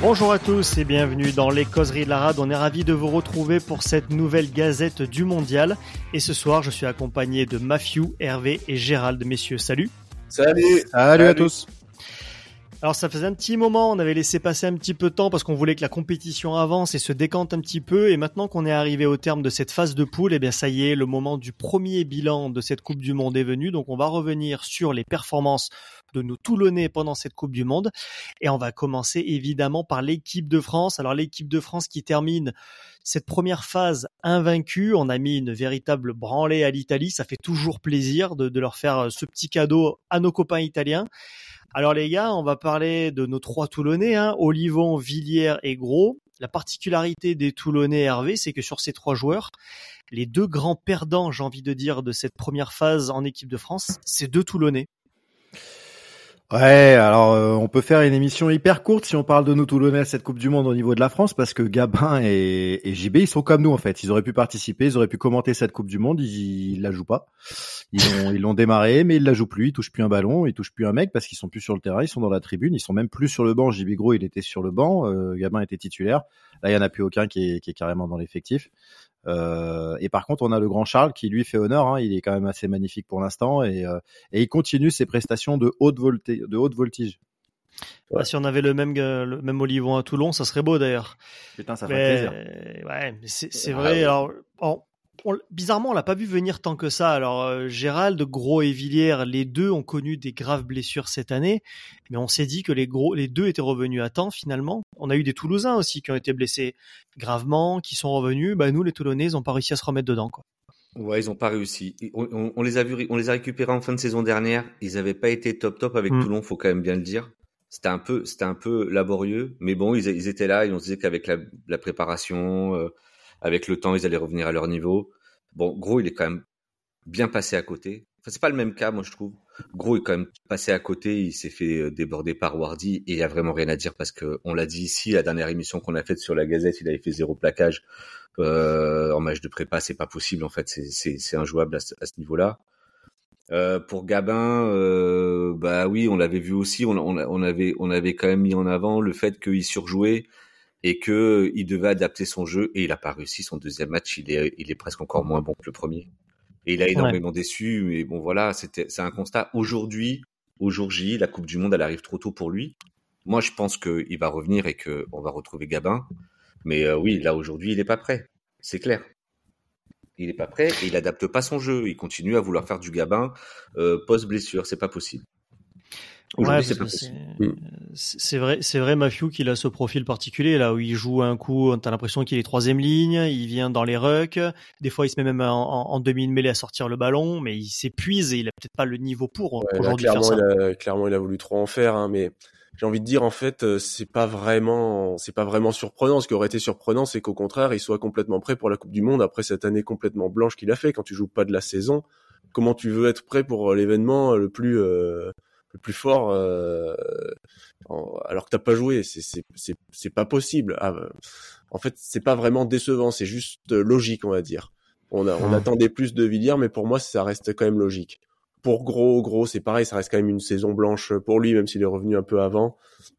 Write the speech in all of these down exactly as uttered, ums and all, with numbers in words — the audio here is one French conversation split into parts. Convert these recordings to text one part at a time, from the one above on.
Bonjour à tous et bienvenue dans les Causeries de la Rade. On est ravis de vous retrouver pour cette nouvelle gazette du mondial. Et ce soir, je suis accompagné de Matthew, Hervé et Gérald. Messieurs, salut. Salut. Salut, Salut à tous. Alors ça faisait un petit moment, on avait laissé passer un petit peu de temps parce qu'on voulait que la compétition avance et se décante un petit peu. Et maintenant qu'on est arrivé au terme de cette phase de poule, eh bien ça y est, le moment du premier bilan de cette Coupe du Monde est venu. Donc on va revenir sur les performances de nos Toulonnais pendant cette Coupe du Monde. Et on va commencer évidemment par l'équipe de France. Alors l'équipe de France qui termine cette première phase invaincue. On a mis une véritable branlée à l'Italie. Ça fait toujours plaisir de, de leur faire ce petit cadeau à nos copains italiens. Alors les gars, on va parler de nos trois Toulonnais, hein, Olivon, Villiers et Gros. La particularité des Toulonnais, Hervé, c'est que sur ces trois joueurs, les deux grands perdants, j'ai envie de dire, de cette première phase en équipe de France, c'est deux Toulonnais. Ouais, alors euh, on peut faire une émission hyper courte si on parle de nous Toulonnais à cette Coupe du Monde au niveau de la France, parce que Gabin et, et J B, ils sont comme nous en fait. Ils auraient pu participer, ils auraient pu commenter cette Coupe du Monde, ils, ils la jouent pas. Ils l'ont, ils l'ont démarré, mais ils la jouent plus. Ils touchent plus un ballon, ils touchent plus un mec parce qu'ils sont plus sur le terrain, ils sont dans la tribune, ils sont même plus sur le banc. J B Gros, il était sur le banc, euh, Gabin était titulaire. Là, il y en a plus aucun qui est, qui est carrément dans l'effectif. Euh, et par contre, on a le grand Charles qui lui fait honneur. Hein, il est quand même assez magnifique pour l'instant et, euh, et il continue ses prestations de haute voltige. De haute voltige. Ouais. Bah, si on avait le même le même Olivon à Toulon, ça serait beau d'ailleurs. Putain, ça fait plaisir. Ouais, mais c'est, c'est vrai. Ah, ouais. Alors, on, on, bizarrement, on l'a pas vu venir tant que ça. Alors, euh, Gérald, Gros et Villiers, les deux ont connu des graves blessures cette année, mais on s'est dit que les gros, les deux étaient revenus à temps finalement. On a eu des Toulousains aussi qui ont été blessés gravement, qui sont revenus. Bah nous, les Toulonnais, ils ont pas réussi à se remettre dedans, quoi. Ouais, ils ont pas réussi. On, on, on les a vus, on les a récupérés en fin de saison dernière. Ils avaient pas été top top avec mmh. Toulon, faut quand même bien le dire. C'était un peu, c'était un peu laborieux, mais bon, ils, ils étaient là et on se disait qu'avec la, la préparation, euh, avec le temps, ils allaient revenir à leur niveau. Bon, Gros, il est quand même bien passé à côté. Enfin, c'est pas le même cas, moi, je trouve. Gros est quand même passé à côté. Il s'est fait déborder par Wardy et il y a vraiment rien à dire parce que on l'a dit ici, la dernière émission qu'on a faite sur la Gazette, il avait fait zéro plaquage euh, en match de prépa. C'est pas possible, en fait. C'est, c'est, c'est injouable à ce, à ce niveau-là. Euh, pour Gabin, euh, bah oui, on l'avait vu aussi. On, on, on avait, on avait quand même mis en avant le fait qu'il surjouait et que il devait adapter son jeu et il a pas réussi. Son deuxième match, il est, il est presque encore moins bon que le premier. Et il a énormément ouais. déçu, mais bon voilà, c'était, c'est un constat. Aujourd'hui, au jour J, la Coupe du Monde, elle arrive trop tôt pour lui. Moi, je pense qu'il va revenir et que on va retrouver Gabin. Mais euh, oui, là aujourd'hui, il est pas prêt. C'est clair. Il est pas prêt et il adapte pas son jeu. Il continue à vouloir faire du Gabin euh, post-blessure. C'est pas possible. Aujourd'hui, ouais, c'est pas possible. C'est, c'est vrai, c'est vrai, Matthew, qu'il a ce profil particulier là où il joue un coup, t'as l'impression qu'il est troisième ligne, il vient dans les rucks, des fois il se met même en, en, en demi-mêlée à sortir le ballon, mais il s'épuise et il a peut-être pas le niveau pour ouais, aujourd'hui là, faire ça. Il a, clairement, il a voulu trop en faire, hein, mais j'ai envie de dire en fait, c'est pas vraiment, c'est pas vraiment surprenant. Ce qui aurait été surprenant, c'est qu'au contraire, il soit complètement prêt pour la Coupe du Monde après cette année complètement blanche qu'il a fait. Quand tu joues pas de la saison, comment tu veux être prêt pour l'événement le plus euh, le plus fort euh, en, alors que t'as pas joué, c'est c'est c'est c'est pas possible. Ah, en fait, c'est pas vraiment décevant, c'est juste logique, on va dire. On a, on attendait plus de Villiers, mais pour moi, ça reste quand même logique. Pour Gros, Gros, c'est pareil, ça reste quand même une saison blanche pour lui, même s'il est revenu un peu avant.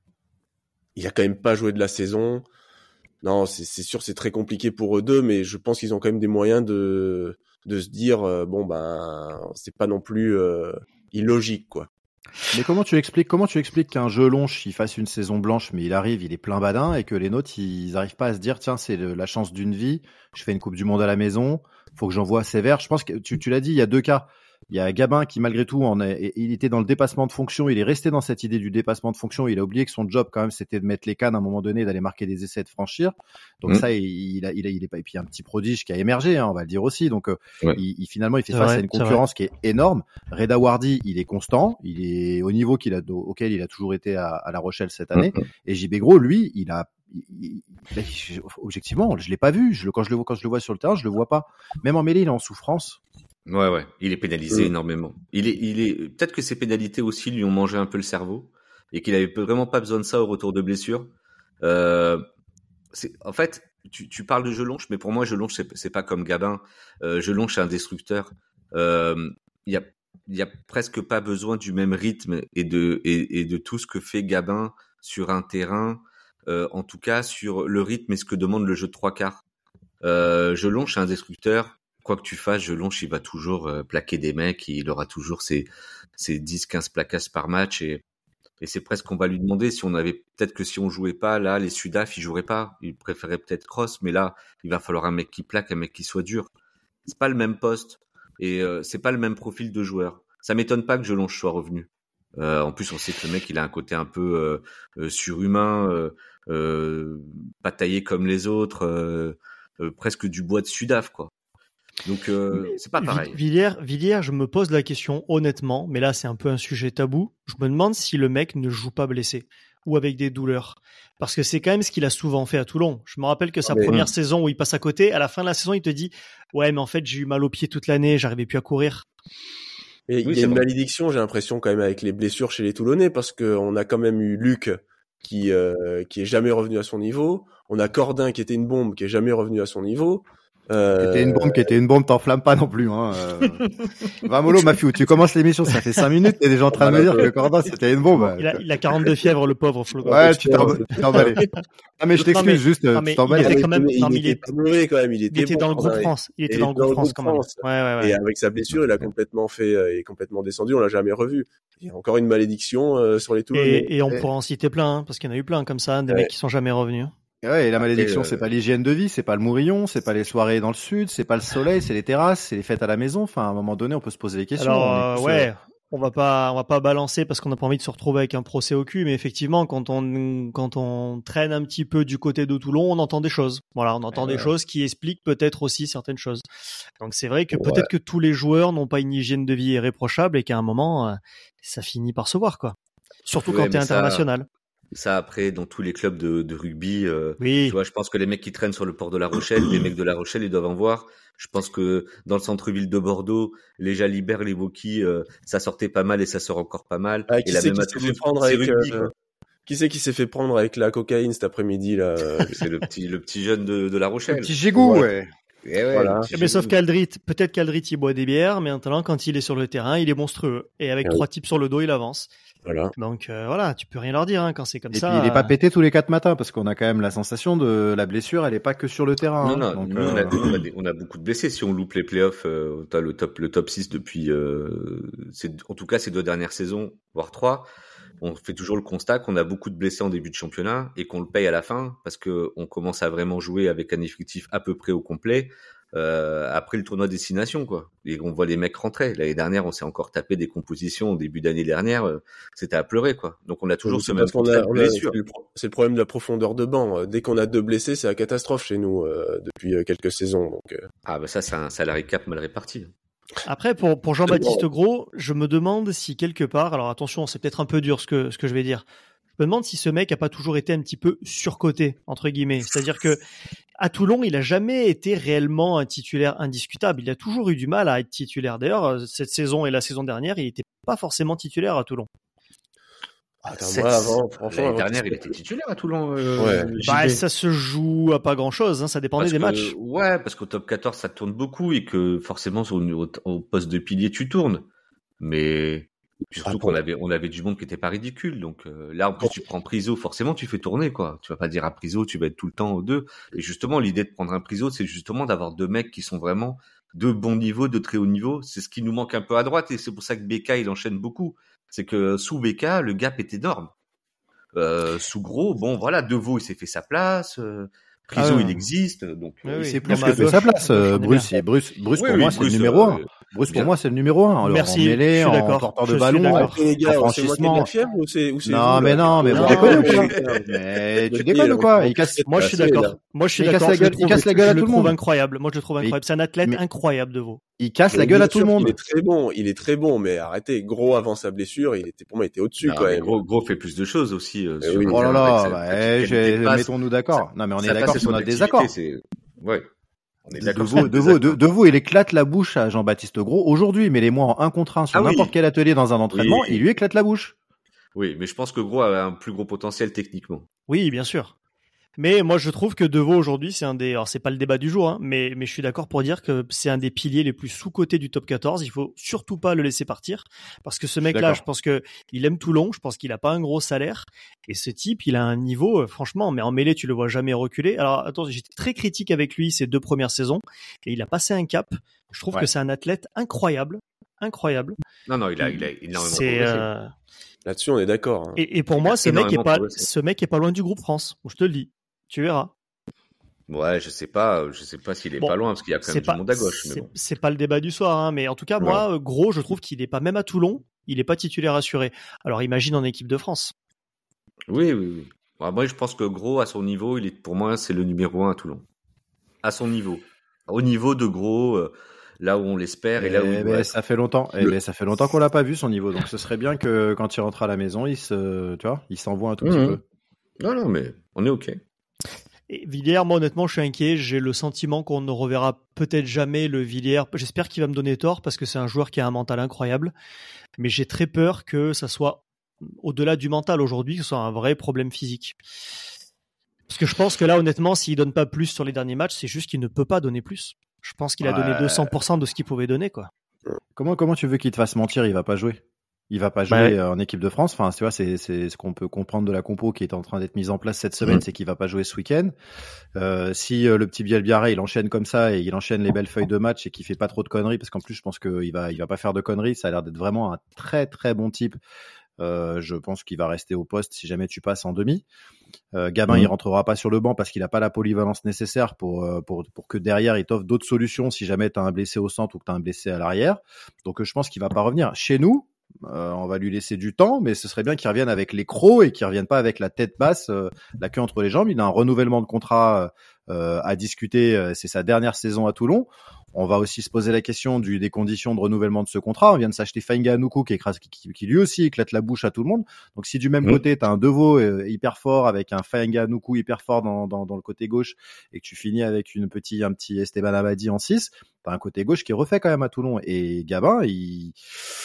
Il a quand même pas joué de la saison. Non, c'est c'est sûr, c'est très compliqué pour eux deux, mais je pense qu'ils ont quand même des moyens de de se dire euh, bon ben c'est pas non plus euh, illogique quoi. Mais comment tu expliques, comment tu expliques qu'un Jelonche il fasse une saison blanche, mais il arrive, il est plein badin, et que les nôtres ils arrivent pas à se dire tiens c'est le, la chance d'une vie, je fais une Coupe du Monde à la maison, faut que j'envoie sévère. Je pense que tu, tu l'as dit, il y a deux cas. Il y a Gabin qui malgré tout en est, il était dans le dépassement de fonction, il est resté dans cette idée du dépassement de fonction, il a oublié que son job quand même c'était de mettre les cannes à un moment donné, d'aller marquer des essais, de franchir. Donc mmh. ça il, il a il a il est pas, et puis il y a un petit prodige qui a émergé, hein, on va le dire aussi. Donc ouais. il, il finalement il fait c'est face vrai, à une concurrence qui est énorme. Reda Wardy, il est constant, il est au niveau qu'il a auquel il a toujours été à, à La Rochelle cette année. Mmh. Et J B Gros lui, il a Il, il, objectivement, je l'ai pas vu. Je le, quand je le vois, quand je le vois sur le terrain, je le vois pas. Même en mêlée, il est en souffrance. Ouais, ouais. Il est pénalisé mmh. énormément. Il est, il est. Peut-être que ces pénalités aussi lui ont mangé un peu le cerveau et qu'il avait vraiment pas besoin de ça au retour de blessure. Euh, c'est, en fait, tu, tu parles de Jelonche, mais pour moi, Jelonche c'est, c'est pas comme Gabin. Euh, Jelonche c'est un destructeur. Euh, il y a, il y a presque pas besoin du même rythme et de et, et de tout ce que fait Gabin sur un terrain. euh, en tout cas sur le rythme et ce que demande le jeu de trois quarts. Euh, Jelonch, c'est un destructeur. Quoi que tu fasses, Jelonch, il va toujours euh, plaquer des mecs. Il aura toujours ses, ses dix quinze placasses par match. Et, et c'est presque qu'on va lui demander si on avait... Peut-être que si on jouait pas, là, les Sudaf, ils joueraient pas. Ils préféraient peut-être Cross. Mais là, il va falloir un mec qui plaque, un mec qui soit dur. C'est pas le même poste. Et euh, c'est pas le même profil de joueur. Ça m'étonne pas que Jelonch soit revenu. Euh, en plus, on sait que le mec, il a un côté un peu euh, euh, surhumain, euh, euh, pas taillé comme les autres... Euh, Euh, presque du bois de Sudaf, quoi. Donc euh, c'est pas pareil. Villiers, Villiers, je me pose la question honnêtement, mais là c'est un peu un sujet tabou. Je me demande si le mec ne joue pas blessé ou avec des douleurs, parce que c'est quand même ce qu'il a souvent fait à Toulon. Je me rappelle que sa mais... première saison où il passe à côté, à la fin de la saison, il te dit ouais, mais en fait j'ai eu mal aux pieds toute l'année, j'arrivais plus à courir. Et oui, il y a une vrai. malédiction, j'ai l'impression quand même avec les blessures chez les Toulonnais, parce que on a quand même eu Luc qui euh, qui est jamais revenu à son niveau. On a Cordin qui était une bombe, qui est jamais revenu à son niveau. Euh... Qui était une bombe, qui était une bombe, t'enflammes pas non plus. Hein. Euh... Va mollo, Mafiou, tu commences l'émission, ça fait cinq minutes, t'es déjà en train de me dire que Cordin c'était une bombe. Il a, il a quarante-deux fièvres, le pauvre Flo. Ouais, tu t'es emballé. Ah mais je t'excuse, juste, non, mais tu t'emballes. Il était quand même, il, non, mais il était pas mauvais quand même, il était, il était bon, dans le groupe ouais. France. Il était dans le groupe France quand même. Ouais, ouais, ouais. Et avec sa blessure, il a complètement fait, euh, il est complètement descendu, on l'a jamais revu. Il y a encore une malédiction euh, sur les Toulonnais. Et, et on et... pourra en citer plein, hein, parce qu'il y en a eu plein comme ça, des ouais. mecs qui sont jamais revenus. Ouais, et la malédiction, Après, euh... c'est pas l'hygiène de vie, c'est pas le mourillon, c'est pas les soirées dans le sud, c'est pas le soleil, c'est les terrasses, c'est les fêtes à la maison. Enfin, à un moment donné, on peut se poser des questions. Alors, euh, ouais, on va pas, on va pas balancer parce qu'on n'a pas envie de se retrouver avec un procès au cul, mais effectivement, quand on, quand on traîne un petit peu du côté de Toulon, on entend des choses. Voilà, on entend ouais, des ouais. choses qui expliquent peut-être aussi certaines choses. Donc c'est vrai que ouais. peut-être que tous les joueurs n'ont pas une hygiène de vie irréprochable et qu'à un moment, euh, ça finit par se voir, quoi. Surtout ouais, quand t'es international. Ça... Ça après dans tous les clubs de, de rugby, euh, oui. tu vois, je pense que les mecs qui traînent sur le port de La Rochelle, les mecs de La Rochelle, ils doivent en voir. Je pense que dans le centre-ville de Bordeaux, les Jalibert, les Woki, euh, ça sortait pas mal et ça sort encore pas mal. Ah, qui et la c'est même qui s'est fait prendre avec rugby, euh, qui c'est qui s'est fait prendre avec la cocaïne cet après-midi là? C'est le petit le petit jeune de, de La Rochelle. Le petit gigou, ouais. Et ouais, voilà. Mais sauf qu'Aldrit, peut-être qu'Aldrit il boit des bières, mais maintenant quand il est sur le terrain, il est monstrueux et avec ouais. trois types sur le dos, il avance. Voilà. Donc euh, voilà, tu peux rien leur dire hein, quand c'est comme et ça. Et puis il est pas pété tous les quatre matins parce qu'on a quand même la sensation de la blessure, elle est pas que sur le terrain. Non, non, hein, donc, nous, euh... on, a, nous on, a des, on a beaucoup de blessés. Si on loupe les playoffs, euh, t'as le top, le top six depuis, euh, c'est, en tout cas ces deux dernières saisons, voire trois. On fait toujours le constat qu'on a beaucoup de blessés en début de championnat et qu'on le paye à la fin parce que on commence à vraiment jouer avec un effectif à peu près au complet. Euh, après le tournoi destination quoi, et on voit les mecs rentrer. L'année dernière on s'est encore tapé des compositions au début d'année dernière, euh, c'était à pleurer quoi. Donc on a toujours oui, ce même a, on a, c'est, le, c'est le problème de la profondeur de banc. Dès qu'on a deux blessés c'est la catastrophe chez nous euh, depuis euh, quelques saisons donc, euh... ah bah ça c'est un salary cap mal réparti. Après pour, pour Jean-Baptiste Gros, je me demande si quelque part, alors attention c'est peut-être un peu dur ce que, ce que je vais dire, je me demande si ce mec a pas toujours été un petit peu surcoté entre guillemets, c'est-à-dire que à Toulon, il a jamais été réellement un titulaire indiscutable. Il a toujours eu du mal à être titulaire. D'ailleurs, cette saison et la saison dernière, il n'était pas forcément titulaire à Toulon. Ah, Cette... moi, avant, franchement, l'année dernière, il était titulaire à Toulon. Euh, ouais. Bah, ça se joue à pas grand-chose. Hein, ça dépendait parce des que, matchs. Ouais, parce qu'au top quatorze, ça tourne beaucoup et que forcément, au, au, au poste de pilier, tu tournes. Mais surtout ah, qu'on avait, on avait du monde qui était pas ridicule. Donc euh, là, en plus, tu prends Priso, forcément, tu fais tourner, quoi. Tu vas pas dire à Priso, tu vas être tout le temps aux deux. Et justement, l'idée de prendre un Priso, c'est justement d'avoir deux mecs qui sont vraiment de bon niveau, de très haut niveau. C'est ce qui nous manque un peu à droite et c'est pour ça que Beka, il enchaîne beaucoup. C'est que sous Beka, le gap est énorme. Euh, sous Gros, bon, voilà, Deveau, il s'est fait sa place. Euh, Priso, ah ouais. il existe, donc oui, il sait plus que fait sa place. Euh, Bruce, Bruce, Bruce, oui, pour oui, moi, Bruce, c'est le numéro un. Euh, Bruce, pour bien. moi, c'est le numéro un. Alors, Merci, en mêlée, en porteur de ballon, en franchissement. Non, mais non, mais vous déconnez ou quoi? Mais tu déconnes ou quoi? Il casse. Moi, je suis d'accord. Moi, je suis d'accord. Il casse la gueule à tout le monde. Incroyable. Moi, je le trouve incroyable. C'est un athlète incroyable, Deveau. Il casse la gueule à tout le monde. Il est très bon. Il est très bon, mais arrêtez. Gros avant sa blessure, il était pour moi, il était au-dessus quand même. Gros, Gros fait plus de choses aussi. Oh là là, mettons-nous d'accord. Non, mais on est d'accord sur notre désaccord. Ouais. On est d'accord. De vous, de, de vous, il éclate la bouche à Jean-Baptiste Gros aujourd'hui, mais les mois en un contre un sur ah n'importe oui. quel atelier dans un entraînement, oui. il lui éclate la bouche. Oui, mais je pense que Gros a un plus gros potentiel techniquement. Oui, bien sûr. Mais moi, je trouve que De Vaux aujourd'hui, c'est un des. Alors, c'est pas le débat du jour, hein, mais mais je suis d'accord pour dire que c'est un des piliers les plus sous-cotés du top quatorze. Il faut surtout pas le laisser partir parce que ce mec-là, je pense que il aime Toulon. Je pense qu'il a pas un gros salaire et ce type, il a un niveau, euh, franchement. Mais en mêlée, tu le vois jamais reculer. Alors, attends, j'étais très critique avec lui ces deux premières saisons et il a passé un cap. Je trouve ouais. que c'est un athlète incroyable, incroyable. Non, non, il a, il a énormément c'est, progressé. Euh... Là-dessus, on est d'accord. Hein. Et, et pour moi, ce mec est pas, ce mec est pas loin du groupe France. Je te le dis. Tu verras. Ouais, je sais pas, je sais pas s'il est bon, pas loin parce qu'il y a quand même pas, du monde à gauche. C'est, mais bon. c'est pas le débat du soir, hein, mais en tout cas, ouais. moi, Gros, je trouve qu'il est pas même à Toulon, il est pas titulaire assuré. Alors imagine en équipe de France. Oui, oui, oui. Bon, moi, je pense que Gros, à son niveau, il est, pour moi, c'est le numéro un à Toulon. À son niveau, au niveau de Gros, euh, là où on l'espère et, et là où il doit ben, être. ça fait longtemps. Le... Et ben, ça fait longtemps qu'on l'a pas vu son niveau, donc ce serait bien que quand il rentre à la maison, il se, tu vois, il s'envoie un tout mmh. petit peu. Non, non, mais on est ok. Et Villiers, moi honnêtement, je suis inquiet. J'ai le sentiment qu'on ne reverra peut-être jamais le Villiers. J'espère qu'il va me donner tort parce que c'est un joueur qui a un mental incroyable. Mais j'ai très peur que ça soit au-delà du mental aujourd'hui, que ce soit un vrai problème physique. Parce que je pense que là, honnêtement, s'il donne pas plus sur les derniers matchs, c'est juste qu'il ne peut pas donner plus. Je pense qu'il a ouais. donné deux cents pour cent de ce qu'il pouvait donner, quoi. Comment, comment tu veux qu'il te fasse mentir? Il va pas jouer. Il va pas jouer bah, en équipe de France. Enfin, tu vois, c'est, c'est ce qu'on peut comprendre de la compo qui est en train d'être mise en place cette semaine, mmh. c'est qu'il va pas jouer ce week-end. Euh, si euh, le petit Biel Biarré, il enchaîne comme ça et il enchaîne les belles feuilles de match et qu'il fait pas trop de conneries, parce qu'en plus, je pense qu'il va, il va pas faire de conneries. Ça a l'air d'être vraiment un très très bon type. Euh, je pense qu'il va rester au poste si jamais tu passes en demi. Euh, Gabin, mmh. il rentrera pas sur le banc parce qu'il a pas la polyvalence nécessaire pour pour pour que derrière il t'offre d'autres solutions si jamais t'as un blessé au centre ou que t'as un blessé à l'arrière. Donc euh, je pense qu'il va pas revenir. Chez nous, Euh, on va lui laisser du temps, mais ce serait bien qu'il revienne avec les crocs et qu'il revienne pas avec la tête basse, euh, la queue entre les jambes. Il a un renouvellement de contrat euh, à discuter. Euh, c'est sa dernière saison à Toulon. On va aussi se poser la question du, des conditions de renouvellement de ce contrat. On vient de s'acheter Fainga Anoukou qui, écrase, qui, qui lui aussi éclate la bouche à tout le monde. Donc si du même mmh. côté, tu as un De Vaux euh, hyper fort avec un Fainga Anoukou hyper fort dans, dans, dans le côté gauche et que tu finis avec une petit, un petit Esteban Abadi en six, tu as un côté gauche qui est refait quand même à Toulon. Et Gabin, il...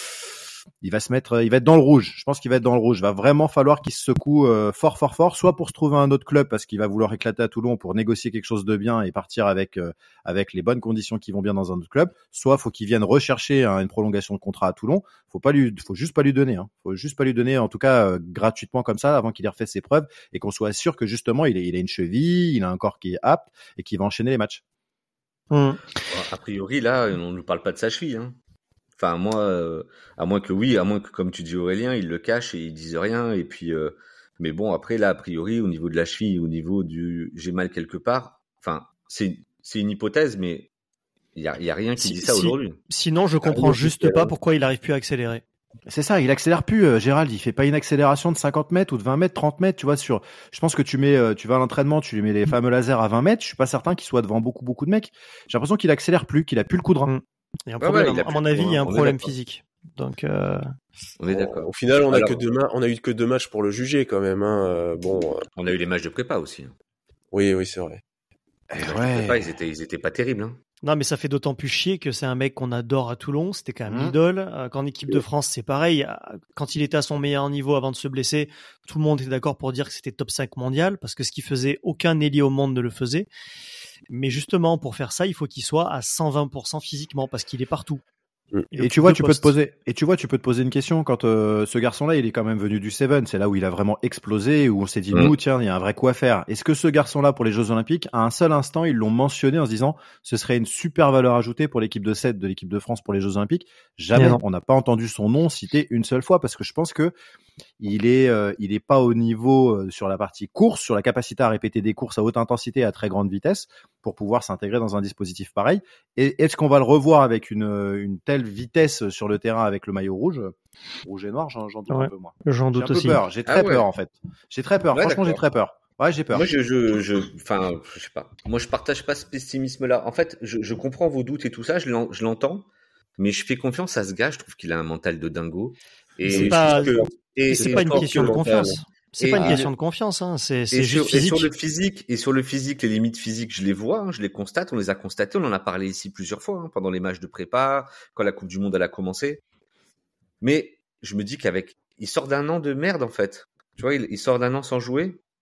il va se mettre, il va être dans le rouge. Je pense qu'il va être dans le rouge. Il va vraiment falloir qu'il se secoue euh, fort, fort, fort, soit pour se trouver un autre club parce qu'il va vouloir éclater à Toulon pour négocier quelque chose de bien et partir avec euh, avec les bonnes conditions qui vont bien dans un autre club. Soit faut qu'il vienne rechercher hein, une prolongation de contrat à Toulon. Faut pas lui, faut juste pas lui donner. Hein. Faut juste pas lui donner, en tout cas euh, gratuitement comme ça, avant qu'il ait refait ses preuves et qu'on soit sûr que justement il, est, il a une cheville, il a un corps qui est apte et qu'il va enchaîner les matchs. Mmh. A priori là, on ne parle pas de sa cheville. Hein. Enfin, moi, euh, à moins que oui, à moins que, comme tu dis Aurélien, il le cache et il dise rien. Et puis, euh, mais bon, après là, a priori, au niveau de la cheville, au niveau du j'ai mal quelque part. Enfin, c'est c'est une hypothèse, mais il y a, y a rien qui si, dit ça si, aujourd'hui. Sinon, je comprends juste pas pourquoi il arrive plus à accélérer. C'est ça, il accélère plus, euh, Gérald. Il fait pas une accélération de cinquante mètres ou de vingt mètres, trente mètres. Tu vois, sur. Je pense que tu mets, euh, tu vas à l'entraînement, tu lui mets les fameux lasers à vingt mètres. Je suis pas certain qu'il soit devant beaucoup, beaucoup de mecs. J'ai l'impression qu'il accélère plus, qu'il a plus le coup de rein. Il y a un problème, ouais, ouais, à mon avis, il y a un problème physique. Donc, euh... on est d'accord. Au final, on a Alors, que deux ma- on a eu que deux matchs pour le juger quand même. Hein. Euh, bon, euh... on a eu les matchs de prépa aussi. Oui, oui, c'est vrai. Les matchs de prépa, ils étaient, ils étaient pas terribles. Hein. Non, mais ça fait d'autant plus chier que c'est un mec qu'on adore à Toulon. C'était quand même mmh. l'idole. Euh, qu'en équipe de France, c'est pareil. Quand il était à son meilleur niveau avant de se blesser, tout le monde était d'accord pour dire que c'était top cinq mondial parce que ce qu'il faisait, aucun ailier au monde ne le faisait. Mais justement, pour faire ça, il faut qu'il soit à cent vingt pour cent physiquement parce qu'il est partout. Et, et tu vois, tu postes. peux te poser. Et tu vois, tu peux te poser une question quand euh, ce garçon-là, il est quand même venu du Seven. C'est là où il a vraiment explosé, où on s'est dit, mmh. nous, tiens, il y a un vrai coup à faire. Est-ce que ce garçon-là, pour les Jeux Olympiques, à un seul instant, ils l'ont mentionné en se disant, ce serait une super valeur ajoutée pour l'équipe de sept de l'équipe de France pour les Jeux Olympiques. Jamais, on n'a pas entendu son nom cité une seule fois parce que je pense que il est, euh, il est pas au niveau euh, sur la partie course, sur la capacité à répéter des courses à haute intensité et à très grande vitesse pour pouvoir s'intégrer dans un dispositif pareil. Et est-ce qu'on va le revoir avec une, une telle vitesse sur le terrain avec le maillot rouge, rouge et noir, j'en, j'en doute ouais, un peu moi. J'en doute j'ai un aussi. Peu peur. J'ai très ah ouais. peur en fait. J'ai très peur. Ouais, Franchement, d'accord. j'ai très peur. Ouais, j'ai peur. Moi, je, je, je, enfin, je sais pas. Moi, je partage pas ce pessimisme-là. En fait, je, je comprends vos doutes et tout ça, je, l'en, je l'entends, mais je fais confiance à ce gars. Je trouve qu'il a un mental de dingo. Et c'est pas, que, et, c'est et pas une question de confiance. C'est et, pas une question de confiance, hein. C'est, c'est juste sur, physique. Et sur le physique, et sur le physique, les limites physiques, je les vois, hein, je les constate, on les a constatées, on en a parlé ici plusieurs fois, hein, pendant les matchs de prépa, quand la Coupe du Monde elle a commencé. Mais je me dis qu'avec, il sort d'un an de merde en fait. Tu vois, il, il sort d'un an sans jouer.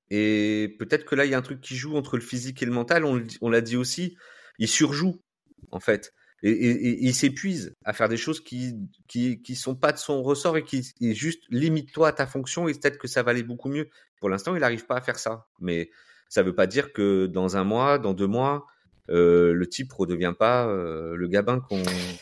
Et peut-être que là, il y a un truc qui joue entre le physique et le mental. On, on l'a dit aussi, il surjoue, en fait. Et, et, et il s'épuise à faire des choses qui, qui, qui sont pas de son ressort et qui, et juste limite-toi à ta fonction et peut-être que ça va aller beaucoup mieux. Pour l'instant, il n'arrive pas à faire ça. Mais ça veut pas dire que dans un mois, dans deux mois, euh, le type redevient pas euh, le Gabin qu'on,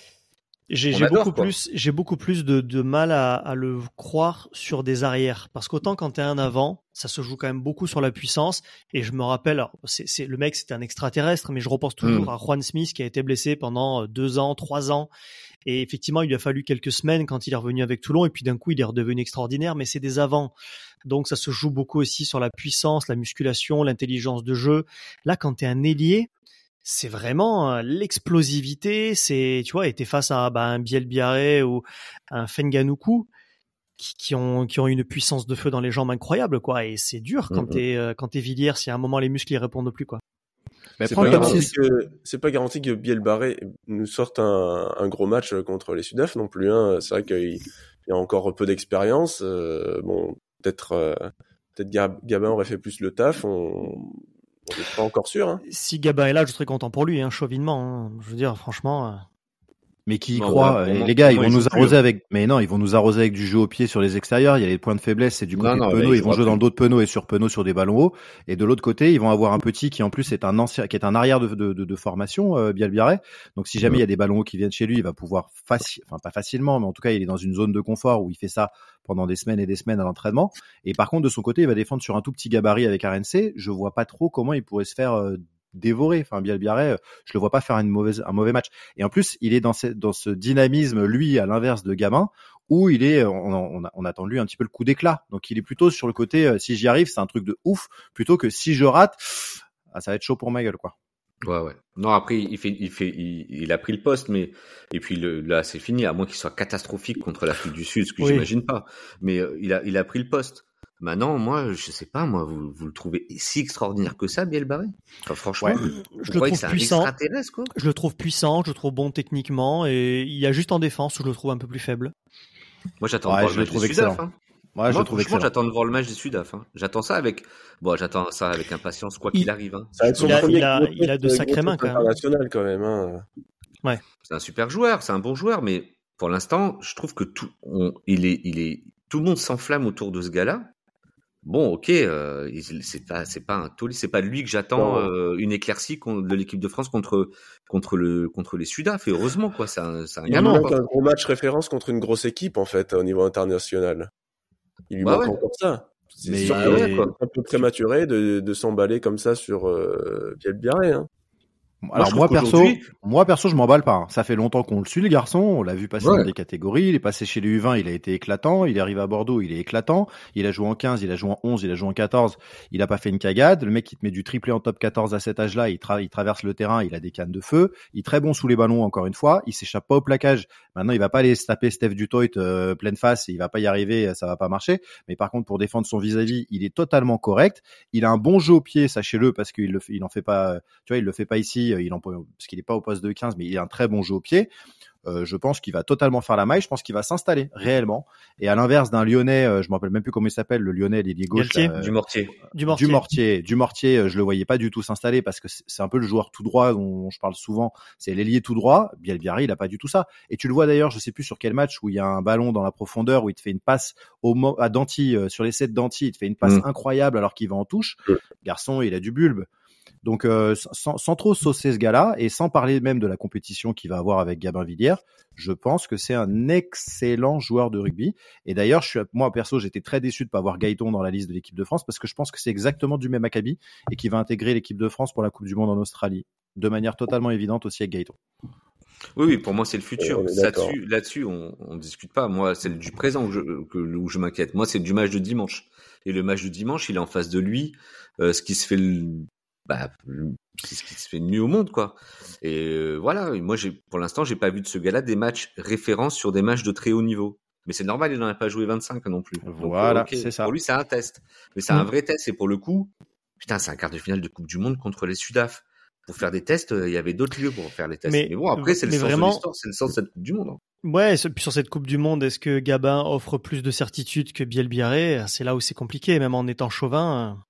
J'ai, qu'on j'ai adore, beaucoup quoi. plus, j'ai beaucoup plus de, de mal à, à le croire sur des arrières. Parce qu'autant quand t'es un avant, ça se joue quand même beaucoup sur la puissance. Et je me rappelle, alors, c'est, c'est, le mec, c'était un extraterrestre, mais je repense toujours Mm. à Juan Smith qui a été blessé pendant deux ans, trois ans. Et effectivement, il lui a fallu quelques semaines quand il est revenu avec Toulon. Et puis d'un coup, il est redevenu extraordinaire, mais c'est des avants. Donc ça se joue beaucoup aussi sur la puissance, la musculation, l'intelligence de jeu. Là, quand t'es un ailier, c'est vraiment euh, l'explosivité. C'est, tu vois, et t'es face à bah, un Biel Biarré ou un Fenganoukou qui, qui ont qui ont une puissance de feu dans les jambes incroyable, quoi. Et c'est dur quand Mm-hmm. t'es euh, quand t'es Villiers, si à un moment les muscles ils répondent plus, quoi. Mais C'est prends pas, le top garanti six. que, c'est pas garanti que Biel Barré nous sorte un, un gros match contre les Sudaf non plus. Hein. C'est vrai qu'il il y a encore peu d'expérience. Euh, bon, peut-être, euh, peut-être Gab- Gabin aurait fait plus le taf. On n'est pas encore sûr. Hein. Si Gabin est là, je serais content pour lui, hein, chauvinement. Hein. Je veux dire, franchement. euh, Mais qui y Non, croit ouais, pour Et moi- les gars, pour ils moi, vont il nous joue plus, arroser hein. avec. Mais non, ils vont nous arroser avec du jeu au pied sur les extérieurs. Il y a les points de faiblesse, c'est du côté Non, non, de bah, Penaud. il Ils vont jouera jouer dans plus. le dos de Penaud et sur Penaud sur des ballons hauts. Et de l'autre côté, ils vont avoir un petit qui en plus est un ancien, qui est un arrière de, de, de, de formation, euh, Biel Biarré. Donc si jamais il y a des ballons hauts qui viennent chez lui, il va pouvoir faci... enfin pas facilement, mais en tout cas, il est dans une zone de confort où il fait ça pendant des semaines et des semaines à l'entraînement. Et par contre, de son côté, il va défendre sur un tout petit gabarit avec R N C. Je vois pas trop comment il pourrait se faire euh, dévorer. Enfin, Biel Biarré, je le vois pas faire une mauvaise, un mauvais match. Et en plus, il est dans ce, dans ce dynamisme, lui, à l'inverse de Gabin, où il est, on, on, on attend de lui un petit peu le coup d'éclat. Donc, il est plutôt sur le côté, euh, si j'y arrive, c'est un truc de ouf, plutôt que si je rate, ah, ça va être chaud pour ma gueule, quoi. Ouais, ouais. Non, après, il fait, il fait, il, il a pris le poste, mais, et puis le, là, c'est fini, à moins qu'il soit catastrophique contre l'Afrique du Sud, ce que Oui. j'imagine pas. Mais euh, il a, il a pris le poste. Maintenant, moi, je sais pas, moi, vous, vous le trouvez si extraordinaire que ça, Biel Barré? Enfin, franchement, Ouais. vous Je le croyez trouve que c'est un puissant. extraterrestre, quoi? Je le trouve puissant, je le trouve bon techniquement, et il y a juste en défense où je le trouve un peu plus faible. Moi, j'attends Ouais, de voir je le le match trouve des Sudaf, excellent. hein. Ouais, je Moi, le trouve franchement, excellent. j'attends de voir le match des Sudaf, hein. J'attends ça avec, bon, j'attends ça avec impatience, quoi Il- qu'il arrive, hein. Ça va être son Il a- premier il a- gros il a de test, sacrées gros mains, test quand même. international quand même. Hein. C'est un super joueur, c'est un bon joueur, mais pour l'instant, je trouve que tout, on, il est, il est, tout le monde s'enflamme autour de ce gars-là. Bon, ok, euh, il- c'est pas, c'est pas un taulier, c'est pas de lui que j'attends Non. euh, une éclaircie con- de l'équipe de France contre contre le contre les Sudaf. Et heureusement, quoi, c'est un, c'est un Il lui gamin, manque quoi. un gros match référence contre une grosse équipe en fait au niveau international. Il lui Bah manque ouais. encore ça. C'est Mais- sûr Bah que ouais, c'est quoi. un peu prématuré de, de s'emballer comme ça sur euh, Biel Biarré. Hein. Alors je moi, trouve perso, qu'aujourd'hui- moi perso, je m'emballe pas. hein. Ça fait longtemps qu'on le suit, le garçon. On l'a vu passer Ouais. dans des catégories. Il est passé chez les U vingt, il a été éclatant. Il est arrivé à Bordeaux, il est éclatant. Il a joué en quinze, il a joué en onze, il a joué en quatorze. Il a pas fait une cagade. Le mec qui te met du triplé en top quatorze à cet âge-là, il, tra- il traverse le terrain, il a des cannes de feu. Il est très bon sous les ballons, encore une fois. Il s'échappe pas au plaquage. Maintenant, il va pas aller se taper Steph Dutoit euh, pleine face. Il va pas y arriver, ça va pas marcher. Mais par contre, pour défendre son vis-à-vis, il est totalement correct. Il a un bon jeu au pied, sachez-le, parce qu'il le fait, il en fait pas. Tu vois, il le fait pas ici. Il en parce qu'il est pas au poste de quinze, mais il a un très bon jeu au pied. Euh, je pense qu'il va totalement faire la maille. Je pense qu'il va s'installer réellement. Et à l'inverse d'un Lyonnais, euh, je me rappelle même plus comment il s'appelle, le Lyonnais, l'ailier gauche, Galtier. là, euh, Du Mortier. Du Mortier. du Mortier, du Mortier, euh, je le voyais pas du tout s'installer parce que c'est c'est un peu le joueur tout droit dont je parle souvent. C'est l'ailier tout droit. Biel Biarré, il a pas du tout ça. Et tu le vois d'ailleurs, je sais plus sur quel match où il y a un ballon dans la profondeur où il te fait une passe au mo- à Danty euh, sur les sept Danty, il te fait une passe Mm. incroyable alors qu'il va en touche. Mm. Garçon, il a du bulbe. Donc euh, sans, sans trop saucer ce gars-là et sans parler même de la compétition qu'il va avoir avec Gabin Villiers, je pense que c'est un excellent joueur de rugby. Et d'ailleurs, je suis, moi perso, j'étais très déçu de pas avoir Gaëton dans la liste de l'équipe de France parce que je pense que c'est exactement du même acabit et qu'il va intégrer l'équipe de France pour la Coupe du Monde en Australie de manière totalement évidente aussi avec Gaëton. Oui, oui, pour moi, c'est le futur. On est d'accord. Là-dessus, là-dessus, on, on discute pas. Moi, c'est du présent que je, que, où je m'inquiète. Moi, c'est du match de dimanche. Et le match de dimanche, il est en face de lui, euh, ce qui se fait le, bah, le- c'est ce qui se fait de mieux au monde, quoi. Et euh, voilà. Et moi, j'ai, pour l'instant, j'ai pas vu de ce gars-là des matchs références sur des matchs de très haut niveau. Mais c'est normal, il n'en a pas joué vingt-cinq non plus. Donc, Voilà, euh, ok. c'est ça. Pour lui, c'est un test. Mais c'est Mm. un vrai test. Et pour le coup, putain, c'est un quart de finale de Coupe du Monde contre les Sudaf. Pour faire des tests, euh, il y avait d'autres lieux pour faire les tests. Mais- Mais, bon, après, c'est le mais sens vraiment- de l'histoire, c'est le sens de cette Coupe du Monde. hein. Ouais, et puis sur cette Coupe du Monde, est-ce que Gabin offre plus de certitude que Biel Biarré? C'est là où c'est compliqué, même en étant chauvin.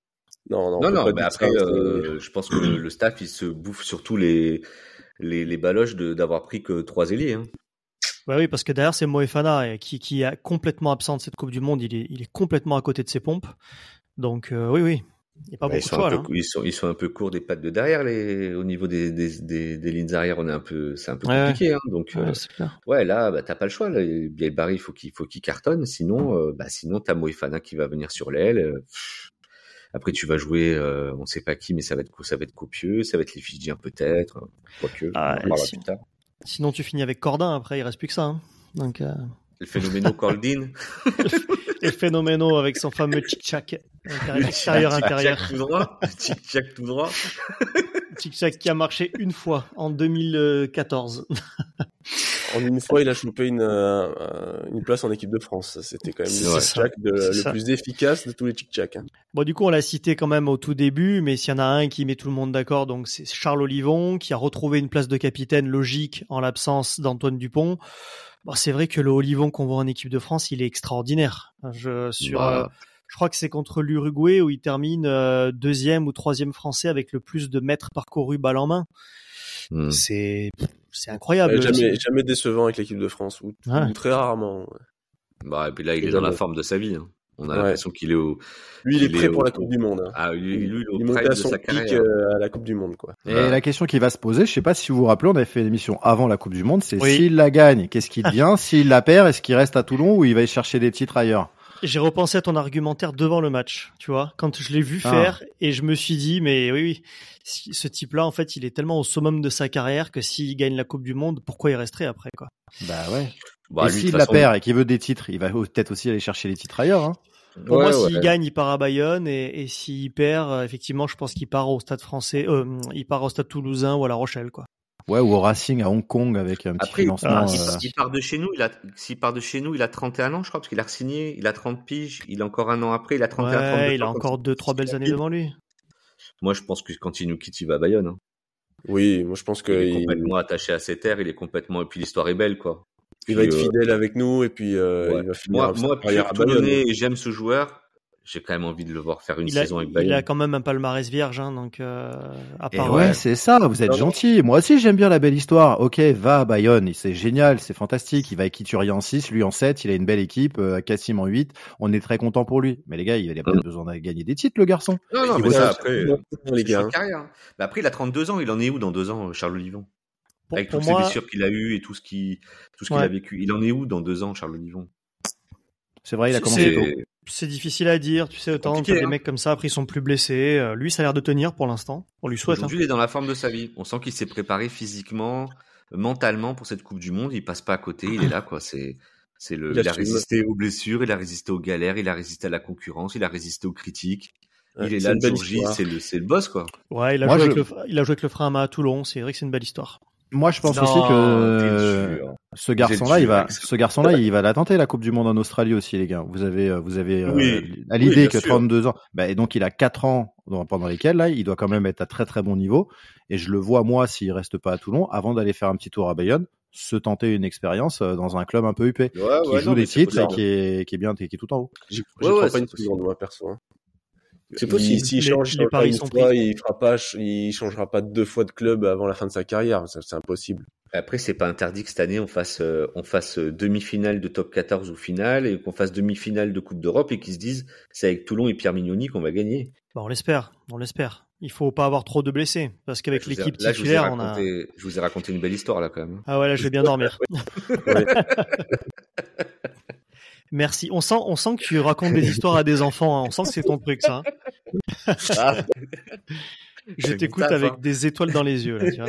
Non, non, Non, non, pas mais dire après, ça, euh, je pense que le, le staff, il se bouffe surtout les, les, les baloches de, d'avoir pris que trois ailiers. Hein. Bah oui, parce que derrière, c'est Moefana qui, qui est complètement absent de cette Coupe du Monde. Il est, il est complètement à côté de ses pompes. Donc, euh, oui, oui. Il n'y a pas Bah, ils, beaucoup de sont choix, un peu, là. ils, sont, ils sont un peu courts des pattes de derrière, les, au niveau des, des, des, des lignes arrière, on est un peu, c'est un peu Ouais, compliqué. Hein, donc, ouais, euh, c'est clair. ouais, là, bah, t'as pas le choix. Là. Bielbarri, il faut qu'il faut qu'il cartonne. Sinon, euh, bah, sinon, t'as Moefana qui va venir sur l'aile. Euh, Après, tu vas jouer, euh, on sait pas qui, mais ça va être, ça va être copieux. Ça va être les Fidjiens peut-être. Quoique, Ah, on en parlera si- plus tard. Sinon, tu finis avec Cordin. Après, il reste plus que ça. Hein. Donc, euh... Le phénoméno Coldin. et Phénoméno avec son fameux tic-tac extérieur-intérieur. Tic-tac tout droit. Tic-tac tout droit. Tic-tac qui a marché une fois en deux mille quatorze. En une fois, il a chopé une, euh, une place en équipe de France. C'était quand même C'est le ça. tic-tac de- C'est le ça. plus efficace de tous les tic-tac. Hein. Bon, du coup, on l'a cité quand même au tout début, mais s'il y en a un qui met tout le monde d'accord, donc c'est Charles Olivon, qui a retrouvé une place de capitaine logique en l'absence d'Antoine Dupont. Bon, c'est vrai que le Olivon qu'on voit en équipe de France, il est extraordinaire. Je, sur, Bah. euh, je crois que c'est contre l'Uruguay où il termine euh, deuxième ou troisième français avec le plus de mètres parcourus balle en main. Hmm. C'est, c'est incroyable. Ouais, jamais, jamais décevant avec l'équipe de France, ou, Ouais. ou très rarement. ouais. Bah, et puis là, il Et est dans la jamais. forme de sa vie. Hein. On a Ouais. l'impression qu'il est au. Lui, il est qu'il prêt est pour au- la Coupe du Monde. Hein. Ah, lui, lui, il est au Il est monté prime à de son sa pic carrière. euh, à la Coupe du Monde, quoi. Et Ouais. la question qui va se poser, je sais pas si vous vous rappelez, on avait fait une émission avant la Coupe du Monde, c'est Oui. s'il la gagne, qu'est-ce qu'il devient? S'il la perd, est-ce qu'il reste à Toulon ou il va y chercher des titres ailleurs? J'ai repensé à ton argumentaire devant le match, tu vois, quand je l'ai vu Ah. faire, et je me suis dit, mais oui, oui, si- ce type-là, en fait, il est tellement au summum de sa carrière que s'il gagne la Coupe du Monde, pourquoi il resterait après, quoi? Bah ouais. Bah, et lui, de s'il toute la façon, perd et qu'il veut des titres, il va peut-être aussi aller chercher les titres ailleurs. Hein. Pour Ouais, moi, s'il ouais. gagne, il part à Bayonne, et, et s'il perd, euh, effectivement, je pense qu'il part au Stade français, euh, il part au Stade toulousain ou à La Rochelle, quoi. Ouais, ou au Racing à Hong Kong avec un petit Après, financement. ah, s'il euh, s'il part de chez nous, il a, s'il part de chez nous, il a trente et un ans, je crois, parce qu'il a signé, il a trente piges, il a encore un an après, il a trente et un, trente-deux Ouais, il a ans, encore comme deux, ça. trois belles années devant lui. Moi, je pense que quand il nous quitte, il va à Bayonne. Hein. Oui, moi je pense Il est qu'il complètement attaché à ses terres, il est complètement, et puis l'histoire est belle, quoi. il va Puis, être euh, fidèle avec nous et puis euh, ouais. il va finir Moi, sa moi, carrière pur à Bayonne. Toulonnais, et j'aime ce joueur. J'ai quand même envie de le voir faire une Il a, saison avec il Bayonne. a quand même un palmarès vierge, hein, donc euh, à Et part. ouais, ouais. c'est ça, vous êtes Non, non. gentil. Moi aussi, j'aime bien la belle histoire. Ok, va à Bayonne, c'est génial, c'est fantastique. Il va avec Ituri en six, lui en sept, il a une belle équipe, euh, Kassim en huit. On est très content pour lui. Mais les gars, il a pas Mm. besoin de gagner des titres, le garçon. Non, non, Il mais vaut ça, ça. après, Bon, les c'est gars. choix de carrière. Hein. Mais après, il a trente-deux ans, il en est où dans deux ans, Charles Olivon? Pour, Avec pour toutes moi, ces blessures qu'il a eues et tout ce qui, tout ce qu'il Ouais. a vécu. Il en est où dans deux ans, Charles Olivon? C'est vrai, il a C'est- commencé tôt. C'est- c'est difficile à dire, tu sais, autant compliqué, t'as des hein. mecs comme ça, après ils sont plus blessés. Euh, lui, ça a l'air de tenir pour l'instant. On lui souhaite. Hein. Aujourd'hui, il est dans la forme de sa vie. On sent qu'il s'est préparé physiquement, mentalement pour cette Coupe du Monde. Il passe pas à côté. Il est là, quoi. C'est, c'est le, Il il a assume. résisté aux blessures, il a résisté aux galères, il a résisté à la concurrence, il a résisté aux critiques. Ouais, il est c'est là une le belle jour J, histoire. c'est le, c'est le boss, quoi. Ouais, il a, Moi, joué je- avec le, il a joué avec le frein à main à Toulon. C'est vrai que c'est une belle histoire. Moi, je pense Non, aussi que t'es euh, dur. ce garçon-là, dur il va, avec ça. ce garçon-là, il va la tenter la Coupe du Monde en Australie aussi, les gars. Vous avez, euh, vous avez euh, Oui. à l'idée Oui, bien que sûr. trente-deux ans, bah, et donc il a quatre ans dans- pendant lesquels là, il doit quand même être à très très bon niveau. Et je le vois moi, s'il reste pas à Toulon, avant d'aller faire un petit tour à Bayonne, se tenter une expérience euh, dans un club un peu huppé, Ouais, qui ouais, joue non, mais des c'est titres et possible. qui est, qui est bien, qui est tout en haut. J'y Ouais, j'y ouais, crois c'est pas une possible. seconde, moi, perso. Hein. C'est Il- possible. S'il Les- change, il les change pas paris une sont fois, pris. il fera pas, il changera pas deux fois de club avant la fin de sa carrière. Ça, c'est impossible. Après, c'est pas interdit que cette année on fasse, euh, on fasse euh, demi-finale de top quatorze ou finale et qu'on fasse demi-finale de Coupe d'Europe et qu'ils se disent c'est avec Toulon et Pierre Mignoni qu'on va gagner. Bon, on l'espère, on l'espère. Il faut pas avoir trop de blessés parce qu'avec Je vous ai- l'équipe là, je vous ai titulaire, on a. raconté, je vous ai raconté une belle histoire là quand même. Ah ouais, là, je vais bien dormir. Ouais. Merci. On sent, on sent que tu racontes des histoires à des enfants. Hein. On sent que c'est ton truc, ça. hein. Ah. Je C'est t'écoute mon taf, avec hein. des étoiles dans les yeux. Là, tu vois.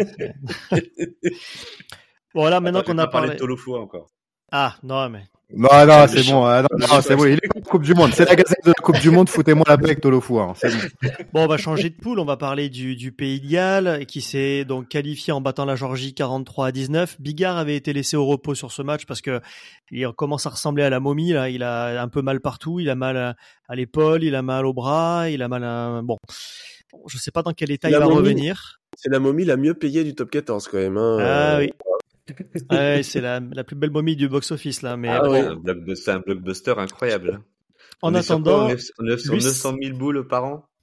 Bon, voilà, maintenant Attends, qu'on j'ai a pas parlé parlé. de Tolofo encore. Ah, non, mais. Non, non, Le c'est champ. bon, ah, non, non, c'est bon, il est en Coupe du Monde. C'est la gazette de la Coupe du Monde, foutez-moi la paix avec Tolofou, hein, c'est bon. Bon, on va changer de poule. On va parler du, du Pays de Galles, qui s'est donc qualifié en battant la Géorgie quarante-trois à dix-neuf. Bigard avait été laissé au repos sur ce match parce que il commence à ressembler à la momie, là. Il a un peu mal partout. Il a mal à, à l'épaule, il a mal au bras, il a mal à, bon. Je sais pas dans quel état La il va momie. revenir. C'est la momie la mieux payée du top quatorze, quand même. Hein. Ah Euh, oui. Ouais, c'est la, la plus belle momie du box-office, là. Mais Ah bon, oui. C'est un blockbuster, un blockbuster incroyable. en On est sur quoi attendant, on est, on est sur lui, neuf cent mille boules par an.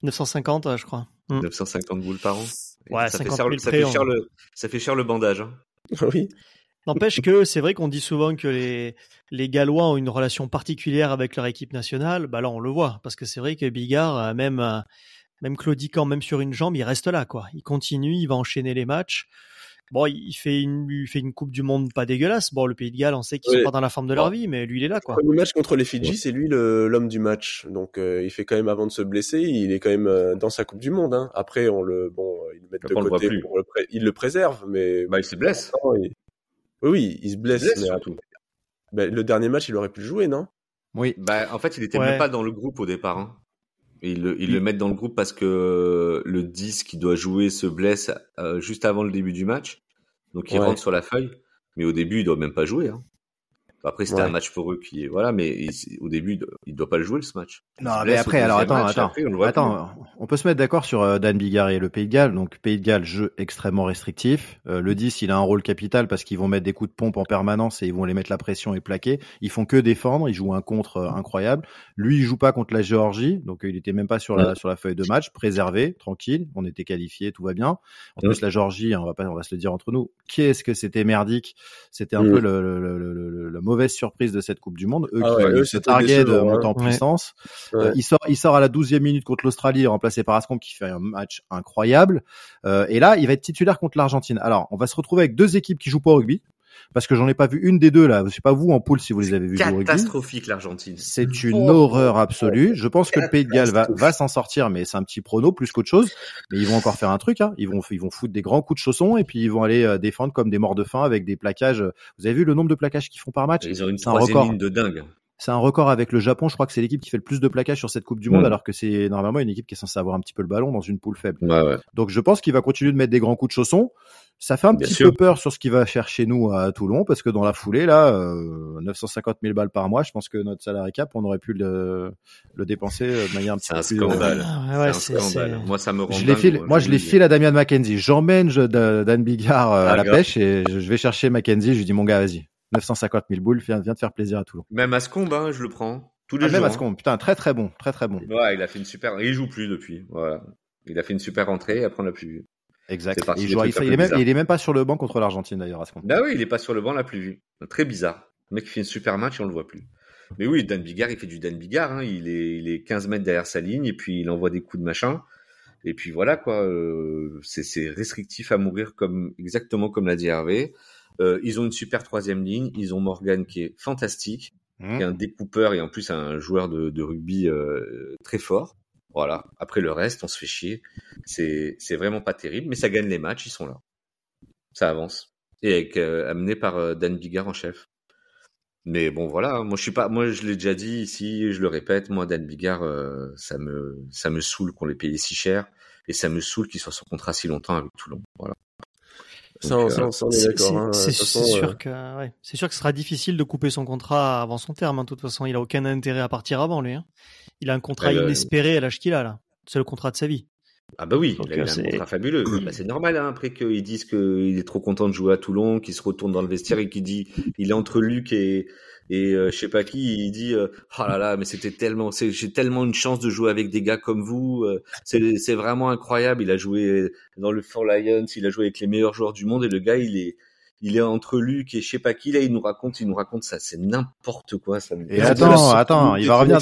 neuf cent cinquante, je crois. Mm. neuf cent cinquante boules par an. Ouais, ça, fait cinquante cher, mille ça, près, fait cher on... le, ça fait cher le bandage. Hein. Oui. N'empêche que c'est vrai qu'on dit souvent que les, les Gallois ont une relation particulière avec leur équipe nationale. Bah là, on le voit. Parce que c'est vrai que Bigard, même, même claudiquant, même sur une jambe, il reste là, quoi. Il continue, il va enchaîner les matchs. Bon, il fait une, il fait une Coupe du Monde pas dégueulasse. Bon, le Pays de Galles, on sait qu'ils oui. sont pas dans la forme de leur vie, mais lui, il est là, quoi. Le match contre les Fidji, ouais. c'est lui le, l'homme du match. Donc, euh, il fait quand même, avant de se blesser, il est quand même euh, dans sa Coupe du Monde. Hein. Après, on le, bon, il le met de côté, le pour le pré- il le préserve, mais bah, il se blesse. Non, il... Oui, oui, il se blesse. Il se blesse mais surtout. Bah, le dernier match, il aurait pu le jouer, non? Oui. Bah, en fait, il était ouais. même pas dans le groupe au départ. Hein. Ils le, ils oui. le mettent dans le groupe parce que le dix qui doit jouer se blesse euh, juste avant le début du match. Donc, il ouais. rentre sur la feuille. Mais au début, il doit même pas jouer. Hein. Après, c'était ouais. un match pour eux qui est, voilà, mais il, au début, il doit pas le jouer, ce match. Non, mais après, alors, attends, match, attends, après, on attends, on peut se mettre d'accord sur euh, Dan Bigard et le Pays de Galles. Donc, Pays de Galles, jeu extrêmement restrictif. Euh, le dix, il a un rôle capital parce qu'ils vont mettre des coups de pompe en permanence et ils vont les mettre la pression et plaquer. Ils font que défendre. Ils jouent un contre euh, incroyable. Lui, il joue pas contre la Géorgie. Donc, euh, il était même pas sur la, ouais. sur la feuille de match. Préservé, tranquille. On était qualifiés, tout va bien. En ouais. plus, la Géorgie, on va pas, on va se le dire entre nous. Qu'est-ce que c'était merdique. C'était un mmh. peu le, le, le, le, le, la mauvaise surprise de cette Coupe du Monde. Eux ah qui ouais, se targuaient de monter en ouais. puissance. Ouais. Euh, il sort, il sort à la douzième minute contre l'Australie, remplacé par Ascombe qui fait un match incroyable. Euh, et là, il va être titulaire contre l'Argentine. Alors, on va se retrouver avec deux équipes qui jouent pas au rugby. Parce que j'en ai pas vu une des deux là. Je sais pas vous en poule si vous les avez vus jouer au rugby. Catastrophique l'Argentine. C'est une oh, horreur absolue. Je pense que le Pays de Galles va, va s'en sortir, mais c'est un petit prono plus qu'autre chose. Mais ils vont encore faire un truc. Hein. Ils vont, ils vont foutre des grands coups de chausson et puis ils vont aller euh, défendre comme des morts de faim avec des plaquages. Vous avez vu le nombre de plaquages qu'ils font par match? Ils ont une troisième ligne de dingue. C'est un record avec le Japon. Je crois que c'est l'équipe qui fait le plus de plaquages sur cette Coupe du Monde, mmh. alors que c'est normalement une équipe qui est censée avoir un petit peu le ballon dans une poule faible. Ouais, ouais. Donc je pense qu'il va continuer de mettre des grands coups de chausson. Ça fait un Bien petit sûr. peu peur sur ce qu'il va faire chez nous à Toulon, parce que dans la foulée, là, euh, neuf cent cinquante mille balles par mois, je pense que notre salarié cap, on aurait pu le, le dépenser de manière un petit c'est peu un plus... Scandale. Ah, ouais, c'est un c'est, scandale. c'est... Moi, ça me rend je dingue. File, moi, moi, je l'ai filé à Damian McKenzie. J'emmène je, Dan Bigard euh, ah, à la grave. pêche et je, je vais chercher McKenzie. Je lui dis, mon gars, vas-y. neuf cent cinquante mille boules, viens, viens te faire plaisir à Toulon. Même Ascombe, hein, je le prends. Tous les ah, jours. Même Ascombe, putain, très très bon, très très bon. Ouais, il a fait une super, il joue plus depuis, voilà. Il a fait une super entrée et après on l'a plus vu. Exact. Il, joue, il, il, est même, il est même pas sur le banc contre l'Argentine d'ailleurs, Ascombe. Bah oui, il est pas sur le banc, on l'a plus vu. Très bizarre. Le mec qui fait une super match et on le voit plus. Mais oui, Dan Bigard, il fait du Dan Bigard, hein. Il est, il est quinze mètres derrière sa ligne et puis il envoie des coups de machin. Et puis voilà, quoi, euh, c'est, c'est restrictif à mourir comme, exactement comme l'a dit Hervé. Euh, ils ont une super troisième ligne. Ils ont Morgan qui est fantastique. Mmh. Qui est un découpeur et en plus un joueur de, de rugby euh, très fort. Voilà. Après le reste, on se fait chier. C'est, c'est vraiment pas terrible, mais ça gagne les matchs, ils sont là. Ça avance. Et avec, euh, amené par euh, Dan Bigard en chef. Mais bon, voilà. Moi, je suis pas. Moi, je l'ai déjà dit ici, je le répète. Moi, Dan Bigard, euh, ça me, ça me saoule qu'on l'ait payé si cher, et ça me saoule qu'il soit sur contrat si longtemps avec Toulon. Voilà. Ça, on, ça, ça, on est c'est, d'accord. C'est, hein, c'est, façon, c'est sûr euh... que, ouais, c'est sûr que ce sera difficile de couper son contrat avant son terme. Hein. De toute façon, il a aucun intérêt à partir avant lui. Hein. Il a un contrat euh, inespéré à l'âge qu'il a là. C'est le contrat de sa vie. Ah bah oui, Donc, il a c'est... un contrat fabuleux. Bah, c'est normal hein, après qu'ils disent qu'il est trop content de jouer à Toulon, qu'il se retourne dans le vestiaire et qu'il dit, il est entre Luc et et euh, je sais pas qui, il dit euh, oh là là, mais c'était tellement, c'est, j'ai tellement une chance de jouer avec des gars comme vous. Euh, c'est c'est vraiment incroyable. Il a joué dans le Four Lions, il a joué avec les meilleurs joueurs du monde et le gars il est il est entre Luc et je sais pas qui là, il nous raconte, il nous raconte ça, c'est n'importe quoi ça. Et attends, attends, il va revenir.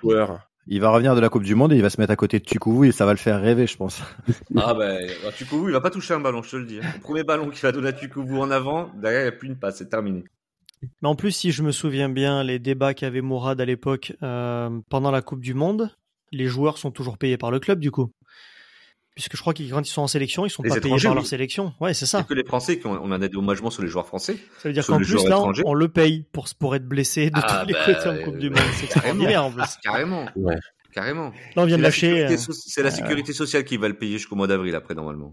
Il va revenir de la Coupe du Monde et il va se mettre à côté de Tukouvou et ça va le faire rêver, je pense. Ah ben, bah, Tukouvou, il va pas toucher un ballon, je te le dis. Le premier ballon qu'il va donner à Tukouvou en avant, derrière, il n'y a plus une passe, c'est terminé. Mais en plus, si je me souviens bien, les débats qu'avait Mourad à l'époque, euh, pendant la Coupe du Monde, les joueurs sont toujours payés par le club, du coup. Puisque je crois que quand ils sont en sélection, ils sont les pas payés par oui. leur sélection. Ouais, c'est ça. C'est que les Français, qu'on on a des dédommagements sur les joueurs français. Ça veut dire qu'en plus, là, on, on le paye pour, pour être blessé de ah, tous bah, les côtés en Coupe euh, du Monde. C'est extraordinaire, en plus. Carrément. Ouais. Carrément. Là, on vient de lâcher. So- c'est la sécurité sociale qui va le payer jusqu'au mois d'avril, après, normalement.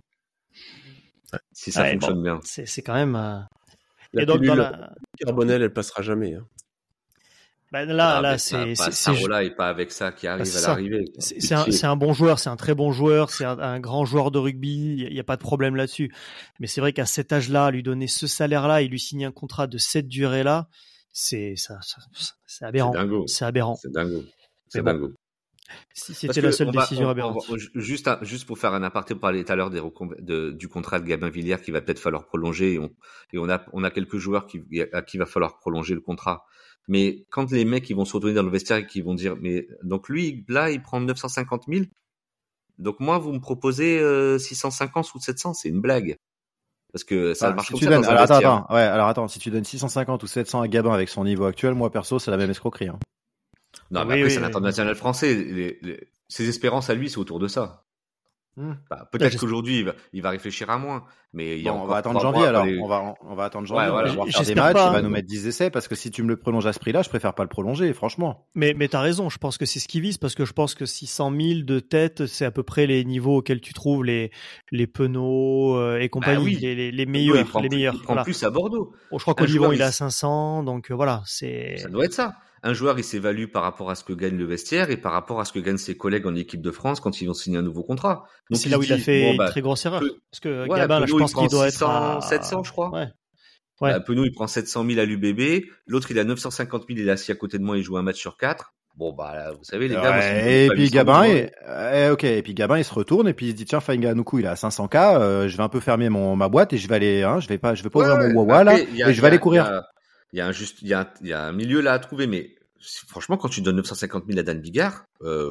Si ça ouais, fonctionne bon, bien. C'est, c'est quand même, euh... La et donc, dans la Carbonel, elle passera jamais. Hein. Ben là, ah, là, c'est, pas, c'est, pas c'est, là et pas avec ça qui arrive c'est à l'arrivée. C'est, c'est, un, c'est un bon joueur, c'est un très bon joueur, c'est un, un grand joueur de rugby, il n'y a, a pas de problème là-dessus. Mais c'est vrai qu'à cet âge-là, lui donner ce salaire-là et lui signer un contrat de cette durée-là, c'est, ça, ça, c'est aberrant. C'est dingo. C'est aberrant. C'est dingo. C'est, c'est dingo. Bon. Si c'était la seule décision aberrante. Juste, à, juste pour faire un aparté, pour parler tout à l'heure des recom- de, du contrat de Gabin Villière qui va peut-être falloir prolonger. Et on, et on a, on a quelques joueurs qui, à qui va falloir prolonger le contrat. Mais quand les mecs ils vont se retourner dans le vestiaire et qui vont dire, mais donc lui là il prend neuf cent cinquante mille, donc moi vous me proposez euh, six cent cinquante ou sept cents, c'est une blague. Parce que ça ah, marche si comme tu ça donnes, dans un alors, vestiaire. attends, attends, ouais, alors attends, si tu donnes six cent cinquante ou sept cents à Gabin avec son niveau actuel, moi perso c'est la même escroquerie. Hein. Non, mais oui, après oui, c'est oui, l'international oui. français. Les, les, ses espérances à lui c'est autour de ça. Hmm. Bah, peut-être Là, qu'aujourd'hui il va, il va réfléchir à moins, mais il y a Bon, encore on va attendre trois janvier mois, alors. les... On va, on va attendre janvier. Ouais, on voilà. va voir faire des J'espère matchs. pas, Il va hein. nous mettre dix essais parce que si tu me le prolonges à ce prix-là, je préfère pas le prolonger, franchement. Mais, mais t'as raison, je pense que c'est ce qui vise, parce que je pense que six cent mille de tête, c'est à peu près les niveaux auxquels tu trouves les, les Penaud euh, et compagnie, Bah oui. les, les, les Penaud, meilleurs, il prend les plus, meilleurs. il prend Voilà. plus à Bordeaux. Bon, je crois Un qu'Olivon, joueur, il est il à s- cinq cents, donc euh, voilà, c'est... Ça doit être ça. Un joueur, il s'évalue par rapport à ce que gagne le vestiaire et par rapport à ce que gagnent ses collègues en équipe de France quand ils vont signer un nouveau contrat. Donc C'est il là se où il a dit, fait bon, une bah, très grosse erreur. Pe- Parce que ouais, Gabin, là, je Penaud, il pense prend qu'il doit six cents, être à... sept cents, je crois. Ouais. Ouais. Bah, Penaud, il prend sept cent mille à l'U B B. L'autre, il a neuf cent cinquante mille, il est assis à côté de moi, il joue un match sur quatre. Bon, bah, là, vous savez, les gars, moi, si vous Ouais, donnez et pas puis huit cent mille, Gabin, je m'en et, vais. eh, ok, et puis Gabin, il se retourne et puis il se dit tiens, Fainga Nuku, il est à cinq cents K, euh, je vais un peu fermer mon ma boîte et je vais aller, hein, je vais pas, je vais pas Ouais, ouvrir mon ouais. Wawa là Après, il y a, et je il vais y aller a, il y courir. a, il y a un juste, il y a, il y a un milieu là à trouver, mais franchement, quand tu donnes neuf cent cinquante mille à Dan Bigard, euh,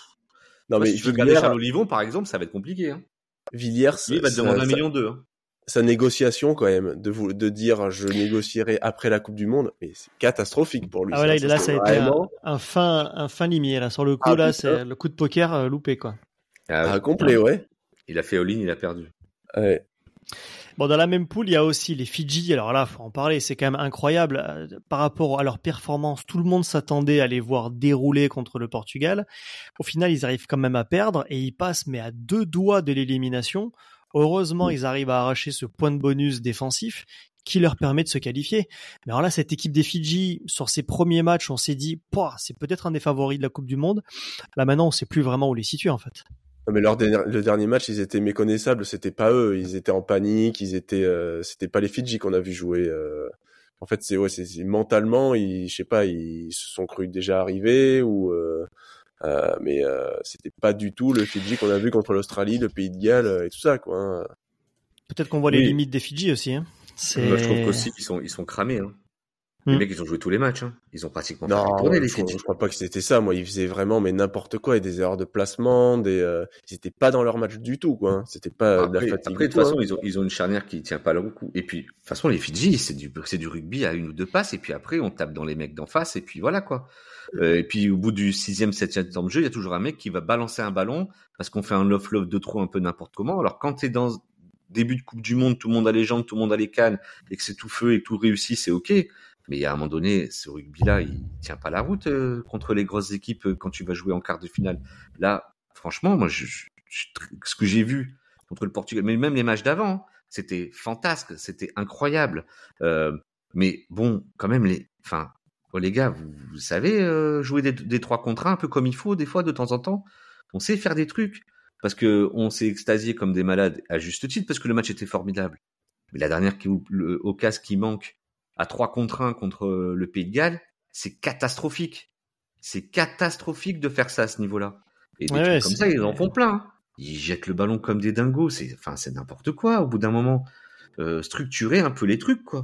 Non, moi, mais si tu veux garder Villiers, Charles Olivon, par exemple, ça va être compliqué, hein. Villiers, Lui, il va te ça- demander un ça- million deux, hein. sa négociation quand même, de vous de dire je négocierai après la Coupe du Monde, mais c'est catastrophique pour lui. Ah ouais, là, ça, il- là, c'est ça a été un, vraiment un fin, un fin limier, là. Sur le coup, Ah, là, putain. c'est le coup de poker euh, loupé, quoi. Ah, ah, complet, ouais. il a fait all-in, il a perdu. Ouais. Bon, dans la même poule, il y a aussi les Fidji. Alors là, faut en parler, c'est quand même incroyable. Euh, Par rapport à leur performance, tout le monde s'attendait à les voir dérouler contre le Portugal. Au final, ils arrivent quand même à perdre et ils passent, mais à deux doigts de l'élimination. Heureusement, ils arrivent à arracher ce point de bonus défensif qui leur permet de se qualifier. Mais alors là, cette équipe des Fidji, sur ses premiers matchs, on s'est dit, pouah, c'est peut-être un des favoris de la Coupe du Monde. Là, maintenant, on sait plus vraiment où les situer, en fait. Non, mais leur dernier, le dernier match, ils étaient méconnaissables. C'était pas eux. Ils étaient en panique. Ils étaient. Euh, c'était pas les Fidji qu'on a vu jouer. Euh... En fait, c'est ouais, c'est, c'est mentalement, ils, je sais pas, ils se sont crus déjà arrivés ou. Euh... Euh, mais euh, c'était pas du tout le Fidji qu'on a vu contre l'Australie, le Pays de Galles euh, et tout ça, quoi. Hein. Peut-être qu'on voit les Oui. limites des Fidji aussi. Hein. C'est... Moi, je trouve qu'aussi, ils sont, ils sont cramés, hein. Les Hmm. mecs, ils ont joué tous les matchs, hein. Ils ont pratiquement fait Non, tourner les je, crois- Fidji. je crois pas que c'était ça. Moi, ils faisaient vraiment mais n'importe quoi et des erreurs de placement, des. Euh... Ils étaient pas dans leur match du tout, quoi. Hein. C'était pas de la Après, fatigue. après, de du toute tout, façon, hein. ils ont, ils ont une charnière qui tient pas le coup. Et puis, de toute façon, les Fidji, c'est du, c'est du rugby à une ou deux passes. Et puis après, on tape dans les mecs d'en face. Et puis voilà, quoi. Euh, et puis, au bout du sixième, septième temps de jeu, il y a toujours un mec qui va balancer un ballon parce qu'on fait un love-love de trop un peu n'importe comment. Alors, quand t'es dans début de Coupe du Monde, tout le monde a les jambes, tout le monde a les cannes et que c'est tout feu et que tout réussit, c'est ok. Mais il y a un moment donné, ce rugby-là, il tient pas la route euh, contre les grosses équipes euh, quand tu vas jouer en quart de finale. Là, franchement, moi, je, je, je- ce que j'ai vu contre le Portugal, mais même les matchs d'avant, hein, c'était fantasque, c'était incroyable. Euh, mais bon, quand même, les, enfin, oh, les gars, vous, vous savez euh, jouer des, des trois contre un un peu comme il faut, des fois, de temps en temps. On sait faire des trucs parce que on s'est extasié comme des malades à juste titre parce que le match était formidable. Mais la dernière qui, le, au casque qui manque à trois contre un contre le Pays de Galles, c'est catastrophique. C'est catastrophique de faire ça à ce niveau-là. Et des Ouais, trucs ouais, comme c'est- ça, ils en font plein. Hein. Ils jettent le ballon comme des dingos. C'est, enfin, c'est n'importe quoi. Au bout d'un moment, euh, structurer un peu les trucs, quoi.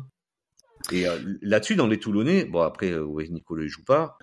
Et euh, là-dessus, dans les Toulonnais, bon après, euh, ouais, Nicolas il joue pas.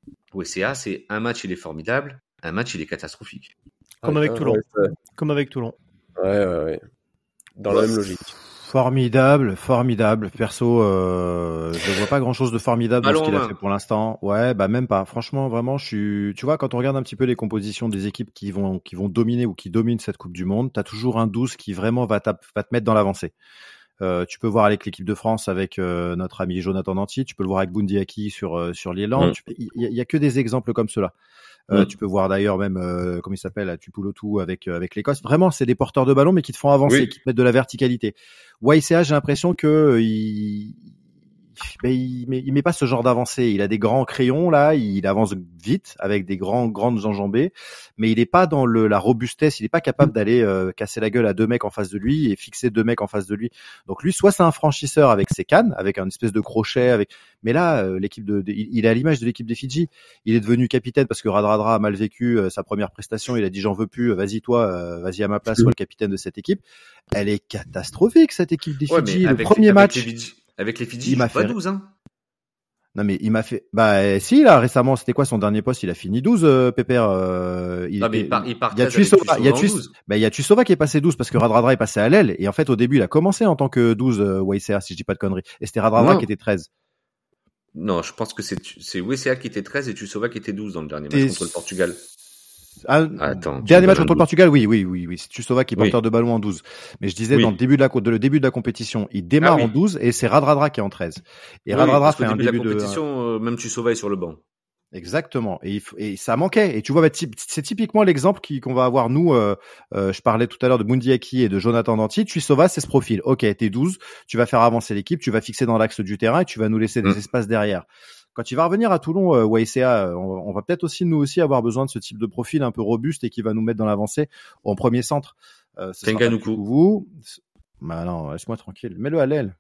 O S C A, c'est un match il est formidable, un match il est catastrophique. Comme Ah, avec putain, Toulon. ouais, ça- Comme avec Toulon. Ouais, ouais, ouais. Dans la même logique. Formidable, formidable. Perso, euh, je vois pas grand chose de formidable dans Ballon ce qu'il en a main. fait pour l'instant. Ouais, bah même pas. Franchement, vraiment, je suis. Tu vois, quand on regarde un petit peu les compositions des équipes qui vont qui vont dominer ou qui dominent cette Coupe du Monde, t'as toujours un douze qui vraiment va, va te mettre dans l'avancée. Euh, tu peux voir avec l'équipe de France avec euh, notre ami Jonathan Danty, tu peux le voir avec Bundiaki sur euh, sur l'Irlande. Mm. Il y, y a que des exemples comme cela. Euh, Mm. Tu peux voir d'ailleurs même euh, comment il s'appelle, Tupulotu avec euh, avec l'Écosse. Vraiment, c'est des porteurs de ballon mais qui te font avancer, Oui. qui te mettent de la verticalité. Y C A, j'ai l'impression que euh, il ben, il, met, il met pas ce genre d'avancée. Il a des grands crayons là, il avance vite avec des grands grandes enjambées, mais il est pas dans le la robustesse. Il est pas capable d'aller euh, casser la gueule à deux mecs en face de lui et fixer deux mecs en face de lui. Donc lui, soit c'est un franchisseur avec ses cannes, avec un espèce de crochet, avec. Mais là, euh, l'équipe de, de, il est à l'image de l'équipe des Fidji. Il est devenu capitaine parce que Radradra a mal vécu euh, sa première prestation. Il a dit j'en veux plus. Vas-y toi, euh, vas-y à ma place, sois le capitaine de cette équipe. Elle est catastrophique cette équipe des Fidji. Ouais, le premier les, match. Avec les Fidji, avec les Fidji il m'a fait pas douze hein. Non mais il m'a fait bah si là récemment c'était quoi son dernier poste, il a fini douze euh, Pépère euh, il non mais il part il part il y a Tuisova il y a Tuisova bah il y a Tuisova qui est passé douze parce que Radradra est passé à l'aile et en fait au début il a commencé en tant que douze euh, W C A si je dis pas de conneries et c'était Radradra qui était treize. Non, je pense que c'est c'est W C A qui était treize et Tuisova qui était douze dans le dernier match contre le Portugal. Ah, Attends, dernier match contre le Portugal, oui, oui, oui, oui. C'est Tuisova qui est porteur oui. de ballon en douze. Mais je disais oui. dans le début de la de, le début de la compétition, il démarre ah, oui. en douze et c'est Radradra qui est en treize. Et oui, Radradra fait un début de la compétition, de... euh, même Tuisova est sur le banc. Exactement. Et, il f... et ça manquait. Et tu vois, bah, c'est typiquement l'exemple qui, qu'on va avoir nous. Euh, euh, je parlais tout à l'heure de Mundiaki et de Jonathan Danty. Tuisova, c'est ce profil. Ok, t'es douze, tu vas faire avancer l'équipe, tu vas fixer dans l'axe du terrain et tu vas nous laisser des mmh. espaces derrière. Quand il va revenir à Toulon, euh, W C A, on, on va peut-être aussi nous aussi avoir besoin de ce type de profil un peu robuste et qui va nous mettre dans l'avancée en premier centre. Euh, Tenganuku. Vous, bah non, laisse-moi tranquille. Mets-le à l'aile.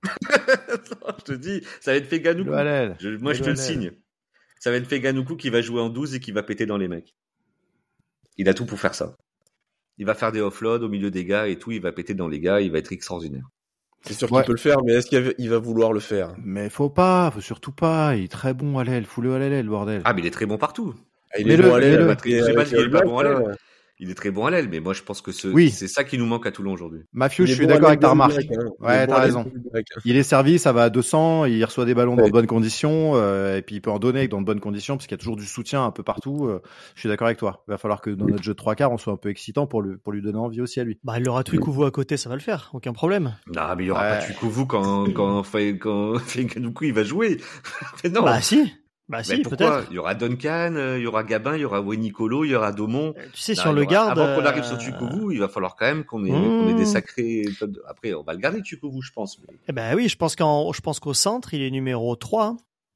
Je te dis, ça va être Feganuku. À l'aile. Je, moi, je te le signe. Ça va être Feganuku qui va jouer en douze et qui va péter dans les mecs. Il a tout pour faire ça. Il va faire des offloads au milieu des gars et tout. Il va péter dans les gars. Il va être extraordinaire. C'est sûr ouais. qu'il peut le faire, mais est-ce qu'il va vouloir le faire? Mais faut pas, faut surtout pas. Il est très bon à l'aile, fous-le à l'aile, bordel. Ah, mais il est très bon partout. Ah, il est bon à l'aile. Je sais pas s'il est pas bon à l'aile. Il est très bon à l'aile, mais moi je pense que ce, oui. c'est ça qui nous manque à Toulon aujourd'hui. Mathieu, je suis bon d'accord avec ta remarque. Hein. Ouais, t'as raison. Il est servi, ça va à deux cents, il reçoit des ballons ouais. dans de bonnes conditions, euh, et puis il peut en donner dans de bonnes conditions, parce qu'il y a toujours du soutien un peu partout. Euh, je suis d'accord avec toi. Il va falloir que dans notre jeu de trois quarts, on soit un peu excitant pour lui, pour lui donner envie aussi à lui. Bah, il aura Tuikuvu à côté, ça va le faire, aucun problème. Non, mais il y aura ouais. pas Tuikuvu quand, quand, quand Feganuku il va jouer. Mais non. Bah, si. Bah mais si, pourquoi peut-être. Il y aura Duncan, il y aura Gabin, il y aura Wenicolo, il y aura Daumont. Tu sais, là, si on le aura... garde... Avant qu'on arrive sur Tuikuvu, il va falloir quand même qu'on ait, mmh. qu'on ait des sacrés... Après, on va le garder, Tuikuvu, je pense. Mais... Eh ben oui, je pense, qu'en... je pense qu'au centre, il est numéro trois. Hein.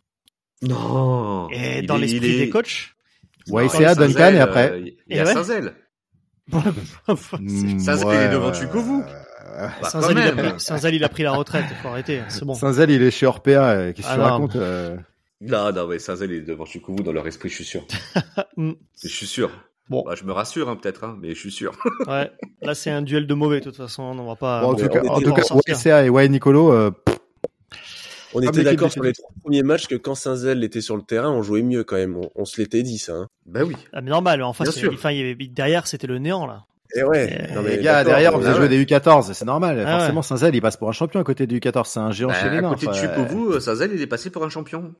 Non. Et dans est... l'esprit est... des coachs. Ouais, c'est à Duncan et après. Euh, il y a ouais. Saint-Zel. Saint-Zel, ouais. il est devant Tuikuvu. Bah, Saint-Zel, il, pris... Saint-Zel, il a pris la retraite, il faut arrêter, c'est bon. Saint-Zel, il est chez Orpea, qu'est-ce que ah, tu non. racontes euh... Non, non, mais Saint-Zel est devant Tuikuvu dans leur esprit, je suis sûr. Je suis sûr. Bon. Bah, je me rassure, hein, peut-être, hein, mais je suis sûr. Ouais. Là, c'est un duel de mauvais, de toute façon, on va pas. Bon, en, tout cas, en tout cas, W C A et Wayne Nicolo, euh... on était ah, d'accord sur les trois premiers matchs que quand Saint-Zel était sur le terrain, on jouait mieux quand même. On, on se l'était dit, ça. Hein. Bah oui. Ah, mais normal, en face, enfin, il y avait, derrière, c'était le néant, là. Et ouais. Non, mais les gars, derrière, on faisait ah, jouer ouais. des U quatorze, c'est normal. Ah, Forcément, ouais. Saint-Zel, il passe pour un champion à côté des U quatorze. C'est un géant bah, chez les nains. À côté de Tuikuvu, Saint-Zel, il est passé pour un champion.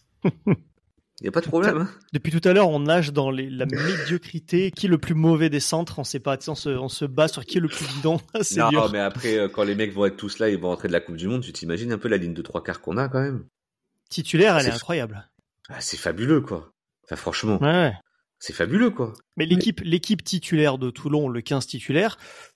Il n'y a pas de problème. Hein. Depuis tout à l'heure, on nage dans les, la médiocrité. Qui est le plus mauvais des centres? On sait pas. On se, on se bat sur qui est le plus bidon. C'est non, dur. mais après, quand les mecs vont être tous là, ils vont rentrer de la Coupe du Monde. Tu t'imagines un peu la ligne de trois quarts qu'on a quand même. Titulaire, elle c'est est incroyable. Ah, c'est fabuleux, quoi. Enfin, franchement. Ouais, ouais. C'est fabuleux, quoi. Mais l'équipe, l'équipe titulaire de Toulon, le quinze titulaire,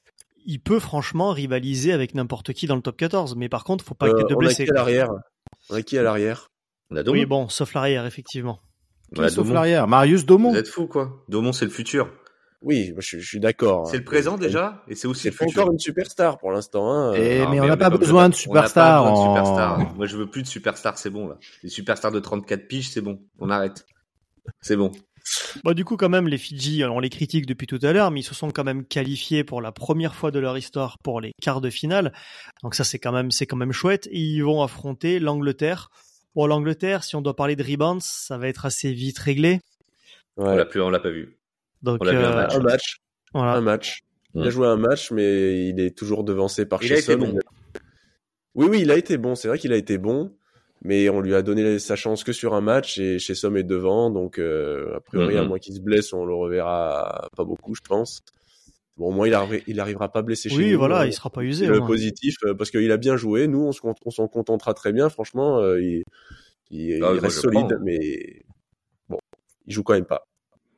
il peut franchement rivaliser avec n'importe qui dans le top quatorze. Mais par contre, faut pas euh, qu'il y ait de blessés. On a qui à l'arrière? On a qui à l'arrière? On a Daumont. Oui, bon, sauf l'arrière, effectivement. Qui, sauf l'arrière? Marius Daumont. Vous êtes fous, quoi. Daumont, c'est le futur. Oui, je, je suis d'accord. C'est le présent déjà, et c'est aussi c'est le futur. C'est encore une superstar pour l'instant. Hein. Et non, mais, mais on n'a pas, pas besoin de superstar. En... superstar. Moi, je veux plus de superstar, c'est bon là. Les superstars de trente-quatre piges, c'est bon. On arrête. C'est bon. Bon, du coup, quand même, les Fidji, on les critique depuis tout à l'heure, mais ils se sont quand même qualifiés pour la première fois de leur histoire pour les quarts de finale. Donc ça, c'est quand même, c'est quand même chouette. Et ils vont affronter l'Angleterre. Bon, l'Angleterre, si on doit parler de rebounds, ça va être assez vite réglé. Ouais. On l'a plus, on l'a pas vu. Donc, on l'a euh, vu un match. Un match. Voilà. Un match. Il mmh. a joué un match, mais il est toujours devancé par il a été bon. A... Oui, oui, il a été bon. C'est vrai qu'il a été bon. Mais on lui a donné sa chance que sur un match et Chessom est devant, donc euh, a priori, mm-hmm. à moins qu'il se blesse, on le reverra pas beaucoup, je pense. Bon, au moins, il, arri- il arrivera pas blessé chez oui, nous. Oui, voilà, hein. il sera pas usé. Le positif, euh, parce qu'il a bien joué. Nous, on, se, on s'en contentera très bien, franchement. Euh, il il, ah, il reste solide, prends. mais bon, il joue quand même pas.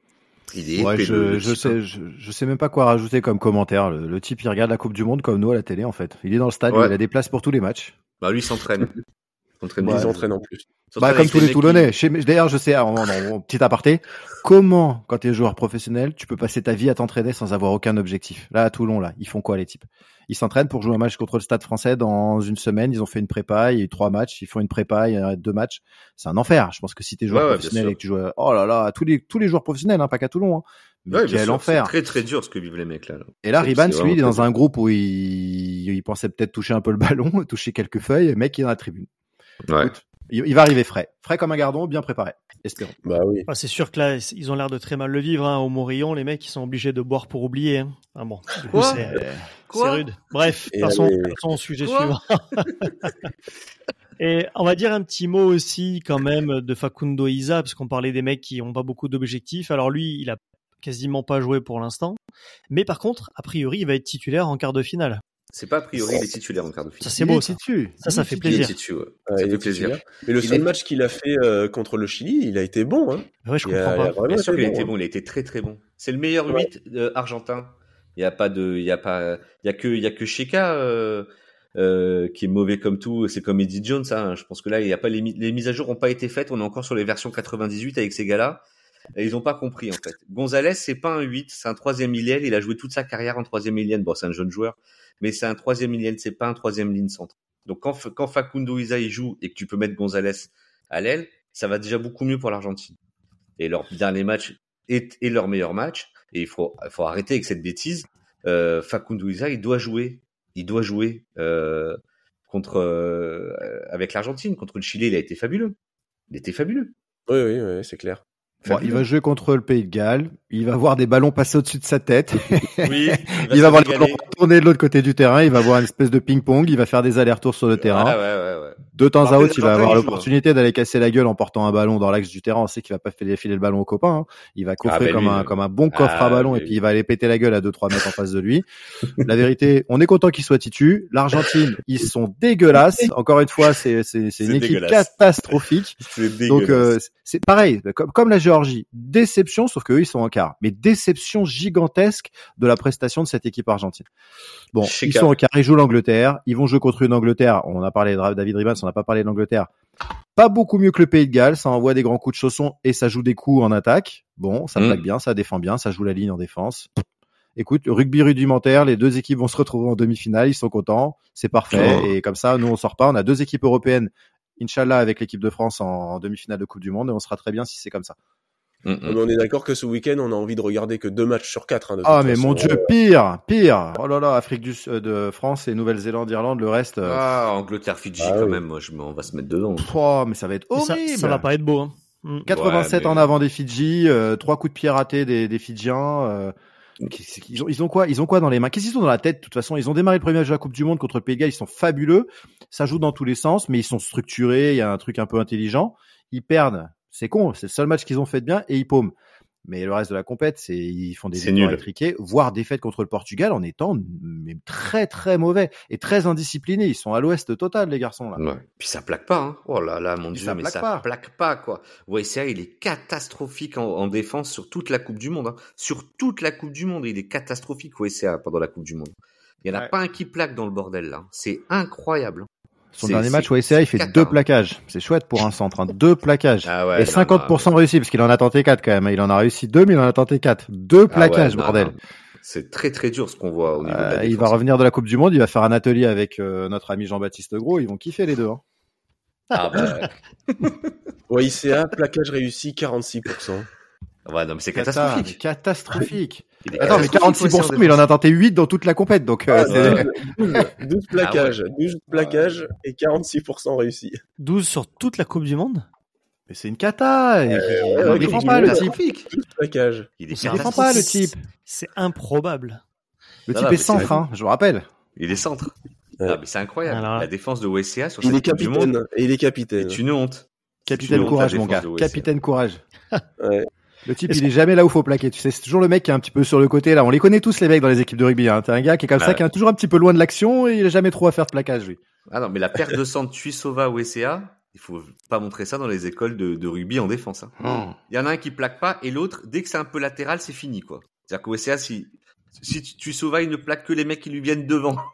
Il est ouais, je, je sais, je, je sais même pas quoi rajouter comme commentaire. Le, le type, il regarde la Coupe du Monde comme nous à la télé, en fait. Il est dans le stade, ouais. Il a des places pour tous les matchs. Bah, lui, il s'entraîne. Entraîne Ils Ouais. entraînent en plus. Surtout Bah, avec comme tous les mecs Toulonnais. qui- Chez... D'ailleurs, je sais, alors, non, non, petit aparté, comment, quand t'es joueur professionnel, tu peux passer ta vie à t'entraîner sans avoir aucun objectif? Là, à Toulon, là, ils font quoi, les types? Ils s'entraînent pour jouer un match contre le Stade Français dans une semaine. Ils ont fait une prépa, il y a eu trois matchs. Ils font une prépa, il y a deux matchs. C'est un enfer. Je pense que si t'es joueur Ouais, ouais, professionnel bien et que tu joues, à- oh là là, tous les, tous les joueurs professionnels, hein, pas qu'à Toulon, hein. Mais Ouais, bien quel sûr, enfer. C'est très très dur ce que vivent les mecs là. là. Et là, C'est- Ribans, c'est lui, il est vraiment dans très un groupe où il, il pensait peut-être toucher un peu le ballon, toucher quelques feuilles. Le mec, il est dans la tribune. dur. Ouais. Écoute, il, il va arriver frais. Frais comme un gardon, bien préparé. Espérons. Bah oui. Ah, c'est sûr que là, ils ont l'air de très mal le vivre. Hein. Au Morillon, les mecs, ils sont obligés de boire pour oublier. Hein. Ah bon, du coup, Quoi c'est, Euh, c'est Quoi rude. Bref, Et passons, allez. passons au sujet Quoi suivant. Et on va dire un petit mot aussi quand même de Facundo Isa, parce qu'on parlait des mecs qui n'ont pas beaucoup d'objectifs. Alors lui, il a quasiment pas joué pour l'instant. Mais par contre, a priori, il va être titulaire en quart de finale. C'est pas a priori les titulaires en quart de finale. Ça, c'est il beau, est ça. titu. Ça, ça Il est fait titu. Il est plaisir. titu, ouais. Ouais, Ça il fait est plaisir. titulaire. Mais le Il seul est- match qu'il a fait euh, contre le Chili, il a été bon. Hein. Ouais, je Il a, comprends il a pas. vraiment Bien sûr été qu'il a bon, été hein. bon, il a été très très bon. C'est le meilleur Ouais. huit euh, argentin. Il y a pas de, il y a pas, il y a que, il y a que Sheka euh, euh, qui est mauvais comme tout. C'est comme Eddie Jones. Hein. Je pense que là, il y a pas les, mi- les mises à jour ont pas été faites. On est encore sur les versions quatre-vingt-dix-huit avec ces gars-là. Et ils ont pas compris en fait. Gonzalez, c'est pas un huit, c'est un troisième milieu. Il a joué toute sa carrière en troisième milieu. Bon, c'est un jeune joueur, mais c'est un troisième milieu. C'est pas un troisième ligne centre. Donc quand quand Facundo Isa il joue et que tu peux mettre Gonzalez à l'aile, ça va déjà beaucoup mieux pour l'Argentine. Et leur dernier match est, est leur meilleur match. Et il faut, il faut arrêter avec cette bêtise. Euh, Facundo Isa, il doit jouer, il doit jouer euh, contre euh, avec l'Argentine, contre le Chili. Il a été fabuleux. Il était fabuleux. Oui, oui, oui, c'est clair. Bon, il va jouer contre le Pays de Galles. Il va voir des ballons passer au-dessus de sa tête. Oui. Il va voir le ballon tourner de l'autre côté du terrain. Il va voir une espèce de ping-pong. Il va faire des allers-retours sur le terrain. Ouais, ouais, ouais, ouais. De temps à Après, autre, il va l'Argentin, avoir il joue, l'opportunité d'aller casser la gueule en portant un ballon dans l'axe du terrain. On sait qu'il va pas faire défiler le ballon au copain. Hein. Il va coffrer Ah, bah, comme lui, un lui. comme un bon coffre Ah, à ballon lui, et puis il va aller péter la gueule à deux trois mètres en face de lui. La vérité, on est content qu'il soit titu. L'Argentine, ils sont dégueulasses. Encore une fois, c'est c'est c'est une C'est équipe dégueulasse. catastrophique. C'est Donc euh, dégueulasse. c'est pareil, comme, comme la Géorgie, déception, sauf qu'eux ils sont en quart, mais déception gigantesque de la prestation de cette équipe argentine. Bon, Sheka. ils sont en quart, ils jouent l'Angleterre, ils vont jouer contre une Angleterre, on a parlé de David Ribans, on n'a pas parlé de l'Angleterre, pas beaucoup mieux que le Pays de Galles, ça envoie des grands coups de chausson et ça joue des coups en attaque, bon, ça Mm. plaque bien, ça défend bien, ça joue la ligne en défense. Écoute, rugby rudimentaire, les deux équipes vont se retrouver en demi-finale, ils sont contents, c'est parfait, Oh. et comme ça, nous on sort pas, on a deux équipes européennes, Inch'Allah avec l'équipe de France en, en demi-finale de Coupe du Monde, et on sera très bien si c'est comme ça. Mm, mm. Mais on est d'accord que ce week-end, on a envie de regarder que deux matchs sur quatre. Hein, de Ah toute mais façon. mon Dieu, pire, pire. Oh là là, Afrique du Sud, de France et Nouvelle-Zélande, Irlande, le reste. euh, Ah, Angleterre, Fidji, Ah, quand oui. même. Moi, je, on va se mettre dedans. pff, oh, mais ça va être Mais ça, horrible. ça va pas être beau. Hein. Mm. quatre-vingt-sept Ouais, mais- en avant des Fidji, euh, trois coups de pied ratés des, des Fidjiens. Euh, qu'est-ce qu'ils ont, ils ont quoi Ils ont quoi dans les mains Qu'est-ce qu'ils ont dans la tête de toute façon? Ils ont démarré le premier match de la Coupe du Monde contre le Pays de Galles, ils sont fabuleux. Ça joue dans tous les sens, mais ils sont structurés. Il y a un truc un peu intelligent. Ils perdent, c'est con. C'est le seul match qu'ils ont fait de bien et ils paument. Mais le reste de la compète, c'est ils font des C'est victoires nul. étriquées, voire défaites contre le Portugal en étant mais très très mauvais et très indisciplinés. Ils sont à l'ouest total les garçons là. Ouais. Puis ça plaque pas, hein. Oh là là, mon Puis Dieu, ça mais plaque ça pas. plaque pas, quoi. W C A, il est catastrophique en, en défense sur toute la Coupe du Monde, hein. Sur toute la Coupe du Monde, il est catastrophique, W C A, pendant la Coupe du Monde. Il y en a Ouais. pas un qui plaque dans le bordel, là. C'est incroyable. Son C'est- dernier match c'est- au S C A, il fait c'est cata, deux hein. plaquages. C'est chouette pour un centre, hein. Deux plaquages. Ah ouais, et non, cinquante pour cent non, réussi parce qu'il en a tenté quatre quand même. Il en a réussi deux, mais il en a tenté quatre. Deux Ah ouais, plaquages, non, bordel. non. C'est très très dur ce qu'on voit au niveau de la Euh, défense. il va revenir de la Coupe du Monde, il va faire un atelier avec euh, notre ami Jean-Baptiste Gros. Ils vont kiffer les deux. Hein. Ah bah, O I C A, plaquage réussi, quarante-six pour cent. ouais, non, mais c'est Cata, catastrophique. mais catastrophique. Il est Attends, mais catastrophique, quarante-six pour cent, W C A en mais il en a défense. tenté huit dans toute la compète. Donc, euh, Ah, c'est- douze, douze, douze plaquages, douze plaquages et quarante-six pour cent réussis. douze sur toute la Coupe du Monde. mais c'est une cata. Il, ouais, il ouais, défend il pas est le type. catastrophique. douze plaquages. Il est Il Il défend catastrophique. pas le type. C'est improbable. Le Non, type non, est mais c'est centre, la- hein, je vous rappelle. Il est centre. Ouais. Ah, mais c'est incroyable. Alors- La défense de W C A sur Il cette est Coupe du Monde capitaine. Et il est capitaine. est une honte. C'est Capitaine une honte, courage, la mon défense gars. de W C A. Capitaine courage. Ouais. Le type, Est-ce il est jamais là où faut plaquer. Tu sais, c'est toujours le mec qui est un petit peu sur le côté, là. On les connaît tous, les mecs, dans les équipes de rugby, hein. T'es un gars qui est comme Bah ça, ouais. qui est toujours un petit peu loin de l'action et il a jamais trop à faire de plaquage, lui. Ah non, mais la perte de centre Tuisova W C A, il faut pas montrer ça dans les écoles de, de rugby en défense. Hein. Oh. Il y en a un qui plaque pas et l'autre, dès que c'est un peu latéral, c'est fini, quoi. C'est-à-dire que W C A, si, si Tuisova, il ne plaque que les mecs qui lui viennent devant.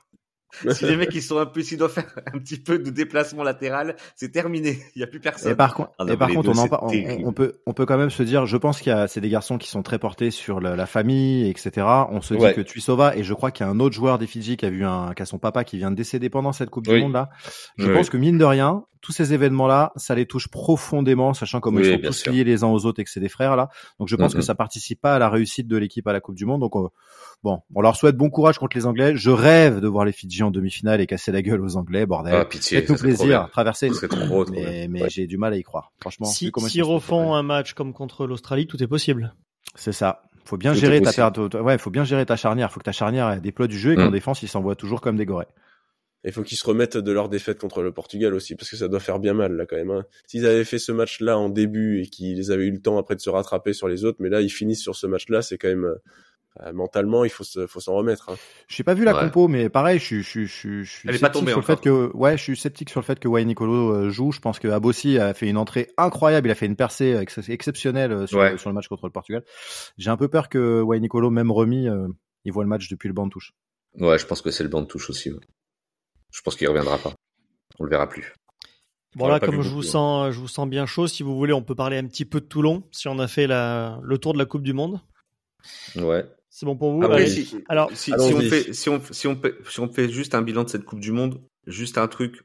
Si les mecs ils sont un peu, s'ils doivent faire un petit peu de déplacement latéral, c'est terminé. Il y a plus personne. Et par contre, Ah, et par contre, deux, on, en par... on, on peut, on peut quand même se dire, je pense qu'il y a, c'est des garçons qui sont très portés sur la, la famille, et cetera. On se dit ouais. que Tuisova, et je crois qu'il y a un autre joueur des Fidji qui a vu un, qui a son papa qui vient de décéder pendant cette Coupe oui. du Monde là. Je oui. pense que mine de rien, tous ces événements-là, ça les touche profondément, sachant comment oui, ils sont tous sûr. liés les uns aux autres et que c'est des frères là. Donc je pense mm-hmm. que ça participe pas à la réussite de l'équipe à la Coupe du Monde. Donc on... bon, on leur souhaite bon courage contre les Anglais. Je rêve de voir les Fidji en demi-finale et casser la gueule aux Anglais, bordel. Ah, pitié. Faites-nous plaisir, traverser. Ça serait trop, trop mais mais ouais. j'ai du mal à y croire. Franchement. Si, s'ils refont un match comme contre l'Australie, tout est possible. C'est ça. Faut bien tout gérer ta perte. Ouais, faut bien gérer ta charnière. Faut que ta charnière déploie du jeu et qu'en mm. défense, ils s'envoient toujours comme des gorées. Il faut qu'ils se remettent de leur défaite contre le Portugal aussi, parce que ça doit faire bien mal, là, quand même. Hein. S'ils avaient fait ce match-là en début et qu'ils avaient eu le temps après de se rattraper sur les autres, mais là, ils finissent sur ce match-là, c'est quand même, euh, mentalement, il faut se, faut s'en remettre. Hein. J'ai pas vu la ouais. compo, mais pareil, je suis, je suis, je suis Elle est pas tombée sur le fait que, ouais, je suis sceptique sur le fait que Wayne Nicolo joue. Je pense que Abossi a fait une entrée incroyable, il a fait une percée ex- exceptionnelle sur, ouais. sur le match contre le Portugal. J'ai un peu peur que Wayne Nicolo, même remis, euh, il voit le match depuis le banc de touche. Ouais, je pense que c'est le banc de touche aussi, ouais. Je pense qu'il reviendra pas. On le verra plus. Bon là, comme je vous sens, je vous sens bien chaud. Si vous voulez, on peut parler un petit peu de Toulon. Si on a fait la, le tour de la Coupe du Monde. Ouais. C'est bon pour vous. Après, allez. si, Alors, si, si on fait, si on, si on fait, si on fait juste un bilan de cette Coupe du Monde, juste un truc.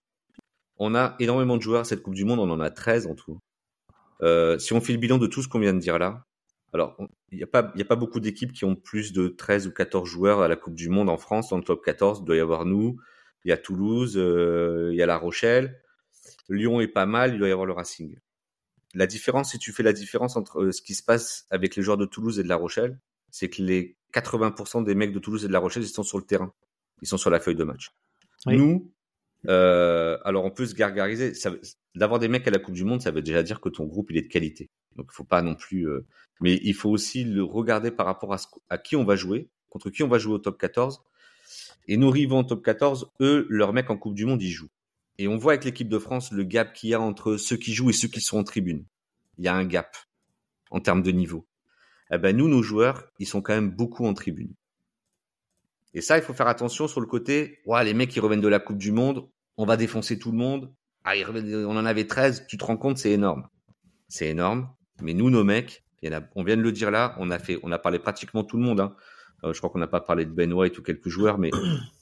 On a énormément de joueurs à cette Coupe du Monde. On en a treize en tout. Euh, si on fait le bilan de tout ce qu'on vient de dire là, alors il y a pas, il y a pas beaucoup d'équipes qui ont plus de treize ou quatorze joueurs à la Coupe du Monde en France. Dans le top quatorze, il doit y avoir nous. Il y a Toulouse, euh, il y a La Rochelle. Lyon est pas mal, il doit y avoir le Racing. La différence, si tu fais la différence entre euh, ce qui se passe avec les joueurs de Toulouse et de La Rochelle, c'est que les quatre-vingts pour cent des mecs de Toulouse et de La Rochelle, ils sont sur le terrain. Ils sont sur la feuille de match. Oui. Nous, euh, alors on peut se gargariser. Ça, d'avoir des mecs à la Coupe du Monde, ça veut déjà dire que ton groupe, il est de qualité. Donc il faut pas non plus... Euh, mais il faut aussi le regarder par rapport à, ce, à qui on va jouer, contre qui on va jouer au top quatorze. Et nos rivaux en top quatorze, eux, leurs mecs en Coupe du Monde, ils jouent. Et on voit avec l'équipe de France le gap qu'il y a entre ceux qui jouent et ceux qui sont en tribune. Il y a un gap en termes de niveau. Eh ben, nous, nos joueurs, ils sont quand même beaucoup en tribune. Et ça, il faut faire attention sur le côté, ouais, les mecs, ils reviennent de la Coupe du Monde, on va défoncer tout le monde. Ah, ils reviennent, on en avait treize, tu te rends compte, c'est énorme. C'est énorme. Mais nous, nos mecs, il y en a, on vient de le dire là, on a fait, on a parlé pratiquement tout le monde, hein. Euh, je crois qu'on n'a pas parlé de Ben White ou quelques joueurs, mais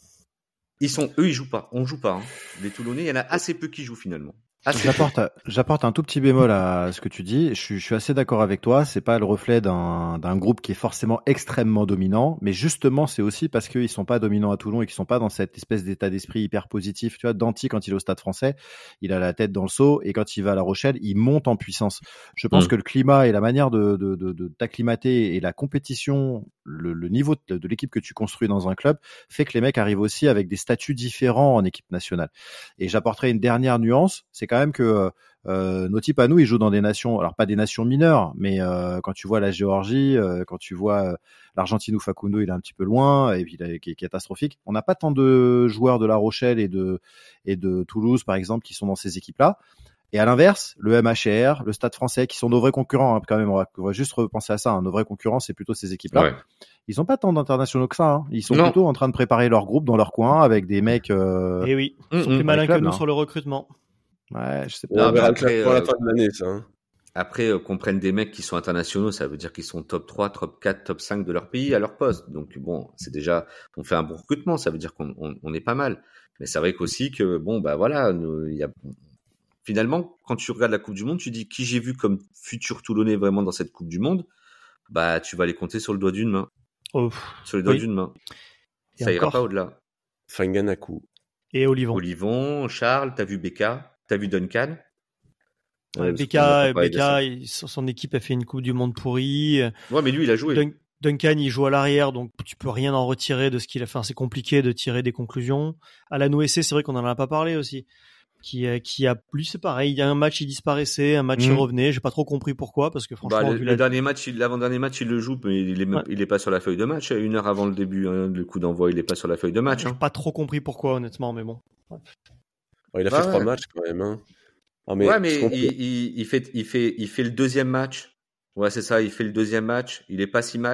ils sont, eux, ils jouent pas. On joue pas. Hein. Les Toulonnais, il y en a assez peu qui jouent finalement. J'apporte, j'apporte un tout petit bémol à ce que tu dis. Je suis, je suis assez d'accord avec toi. C'est pas le reflet d'un, d'un groupe qui est forcément extrêmement dominant, mais justement, c'est aussi parce qu'ils sont pas dominants à Toulon et qu'ils sont pas dans cette espèce d'état d'esprit hyper positif. Tu vois, Danty, quand il est au Stade Français, il a la tête dans le seau, et quand il va à La Rochelle, il monte en puissance. Je pense mmh. que le climat et la manière de, de, de, de t'acclimater et la compétition, le, le niveau de, de l'équipe que tu construis dans un club fait que les mecs arrivent aussi avec des statuts différents en équipe nationale. Et j'apporterai une dernière nuance, c'est quand même que euh, nos types à nous, ils jouent dans des nations, alors pas des nations mineures, mais euh, quand tu vois la Géorgie, euh, quand tu vois euh, l'Argentine où Facundo il est un petit peu loin et puis il est, qui est catastrophique. On n'a pas tant de joueurs de La Rochelle et de et de Toulouse par exemple qui sont dans ces équipes-là. Et à l'inverse, le M H R, le Stade Français, qui sont nos vrais concurrents, hein, quand même, on va, on va juste repenser à ça. Hein, nos vrais concurrents, c'est plutôt ces équipes-là. Ouais. Ils n'ont pas tant d'internationaux que ça. Hein. Ils sont non. plutôt en train de préparer leur groupe dans leur coin avec des mecs. Euh, et oui, ils sont mmh, plus malins que nous hein. sur le recrutement. Ouais, je sais pas. On verra après, pour euh, la fin de l'année, ça. Hein. Après, euh, qu'on prenne des mecs qui sont internationaux, ça veut dire qu'ils sont top trois, top quatre, top cinq de leur pays à leur poste. Donc bon, c'est déjà, on fait un bon recrutement, ça veut dire qu'on on, on est pas mal. Mais c'est vrai qu'aussi que bon, bah voilà, il y a. Finalement, quand tu regardes la Coupe du Monde, tu dis qui j'ai vu comme futur Toulonnais vraiment dans cette Coupe du Monde, bah tu vas les compter sur le doigt d'une main. Oh, sur les doigts oui. d'une main. Et ça encore, ira pas au-delà. Fanganaku. Et Olivon. Olivon, Charles, t'as vu Becca, t'as vu Duncan. Ouais, euh, Becca, Becca il, son équipe a fait une Coupe du Monde pourrie. Ouais, mais lui, il a joué. Dun- Duncan, il joue à l'arrière, donc tu peux rien en retirer de ce qu'il a fait. Enfin, c'est compliqué de tirer des conclusions. Alan Ouessé, c'est vrai qu'on en a pas parlé aussi. Qui, qui a plus, c'est pareil. Il y a un match, il disparaissait, un match, mmh. il revenait. J'ai pas trop compris pourquoi, parce que franchement, bah, le, vu le la... dernier match, il, l'avant-dernier match, il le joue, mais il est, même, ouais. il est pas sur la feuille de match. Une heure avant le début, hein, le coup d'envoi, il est pas sur la feuille de match. J'ai hein. pas trop compris pourquoi, honnêtement, mais bon. Ouais. Oh, il a bah, fait ouais. trois matchs quand même. Hein. Ah, mais ouais, mais il, il, il fait, il fait, il fait le deuxième match. Ouais, c'est ça. Il fait le deuxième match. Il est pas si mal.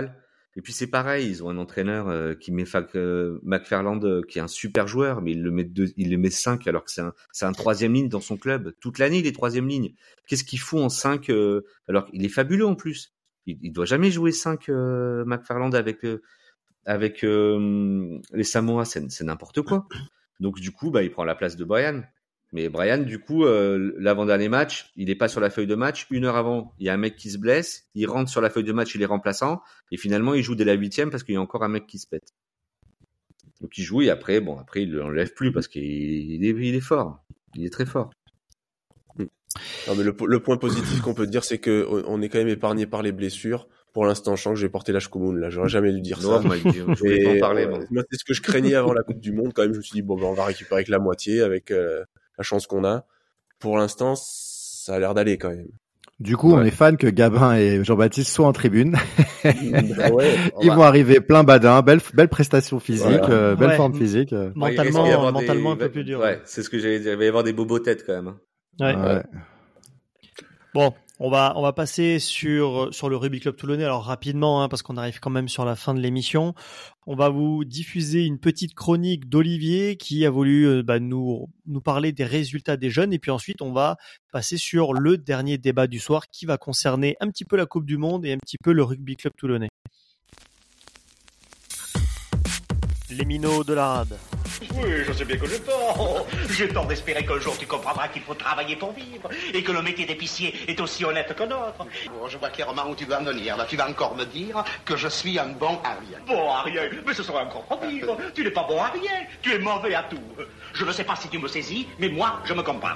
Et puis c'est pareil, ils ont un entraîneur euh, qui met Fac, euh, McFarland, euh, qui est un super joueur, mais il le met deux, il le met cinq alors que c'est un, c'est un troisième ligne dans son club. Toute l'année, il est troisième ligne. Qu'est-ce qu'il fout en cinq euh, alors qu'il est fabuleux en plus. Il, il doit jamais jouer cinq euh, McFarland avec euh, avec euh, les Samoa, c'est, c'est n'importe quoi. Donc du coup, bah il prend la place de Brian. Mais Brian, du coup, euh, l'avant-dernier match, il est pas sur la feuille de match. Une heure avant, il y a un mec qui se blesse. Il rentre sur la feuille de match, il est remplaçant. Et finalement, il joue dès la huitième parce qu'il y a encore un mec qui se pète. Donc il joue et après, bon, après il l'enlève plus parce qu'il il est, il est fort. Il est très fort. Non, mais le, le point positif qu'on peut dire, c'est que on est quand même épargné par les blessures. Pour l'instant, je sens que j'ai porté l'âge commun, là. J'aurais jamais dû dire non, ça. Moi, je voulais pas en parler, euh, moi. moi, c'est ce que je craignais avant la Coupe du Monde. Quand même, je me suis dit, bon, ben, on va récupérer avec la moitié, avec euh, la chance qu'on a. Pour l'instant, ça a l'air d'aller quand même. Du coup, ouais. on est fan que Gabin et Jean-Baptiste soient en tribune. Bah ouais, Ils va... vont arriver plein badin, belle, belle prestation physique, voilà. euh, belle ouais. forme physique. Mentalement, ouais, mentalement des... un peu plus dur. Ouais, c'est ce que j'allais dire. Il va y avoir des bobos têtes quand même. Ouais. Ouais. Ouais. Bon, on va on va passer sur sur le Rugby Club Toulonnais alors rapidement hein, parce qu'on arrive quand même sur la fin de l'émission. On va vous diffuser une petite chronique d'Olivier qui a voulu euh, bah, nous nous parler des résultats des jeunes et puis ensuite on va passer sur le dernier débat du soir qui va concerner un petit peu la Coupe du Monde et un petit peu le Rugby Club Toulonnais. Les minots de la rade. Oui, je sais bien que j'ai tort. J'ai tort d'espérer qu'un jour tu comprendras qu'il faut travailler pour vivre et que le métier d'épicier est aussi honnête que notre. Bon, je vois clairement où tu vas en venir. Là, tu vas encore me dire que je suis un bon à rien. Bon à rien, mais ce serait encore trop pire. Tu n'es pas bon à rien, tu es mauvais à tout. Je ne sais pas si tu me saisis, mais moi, je me comprends.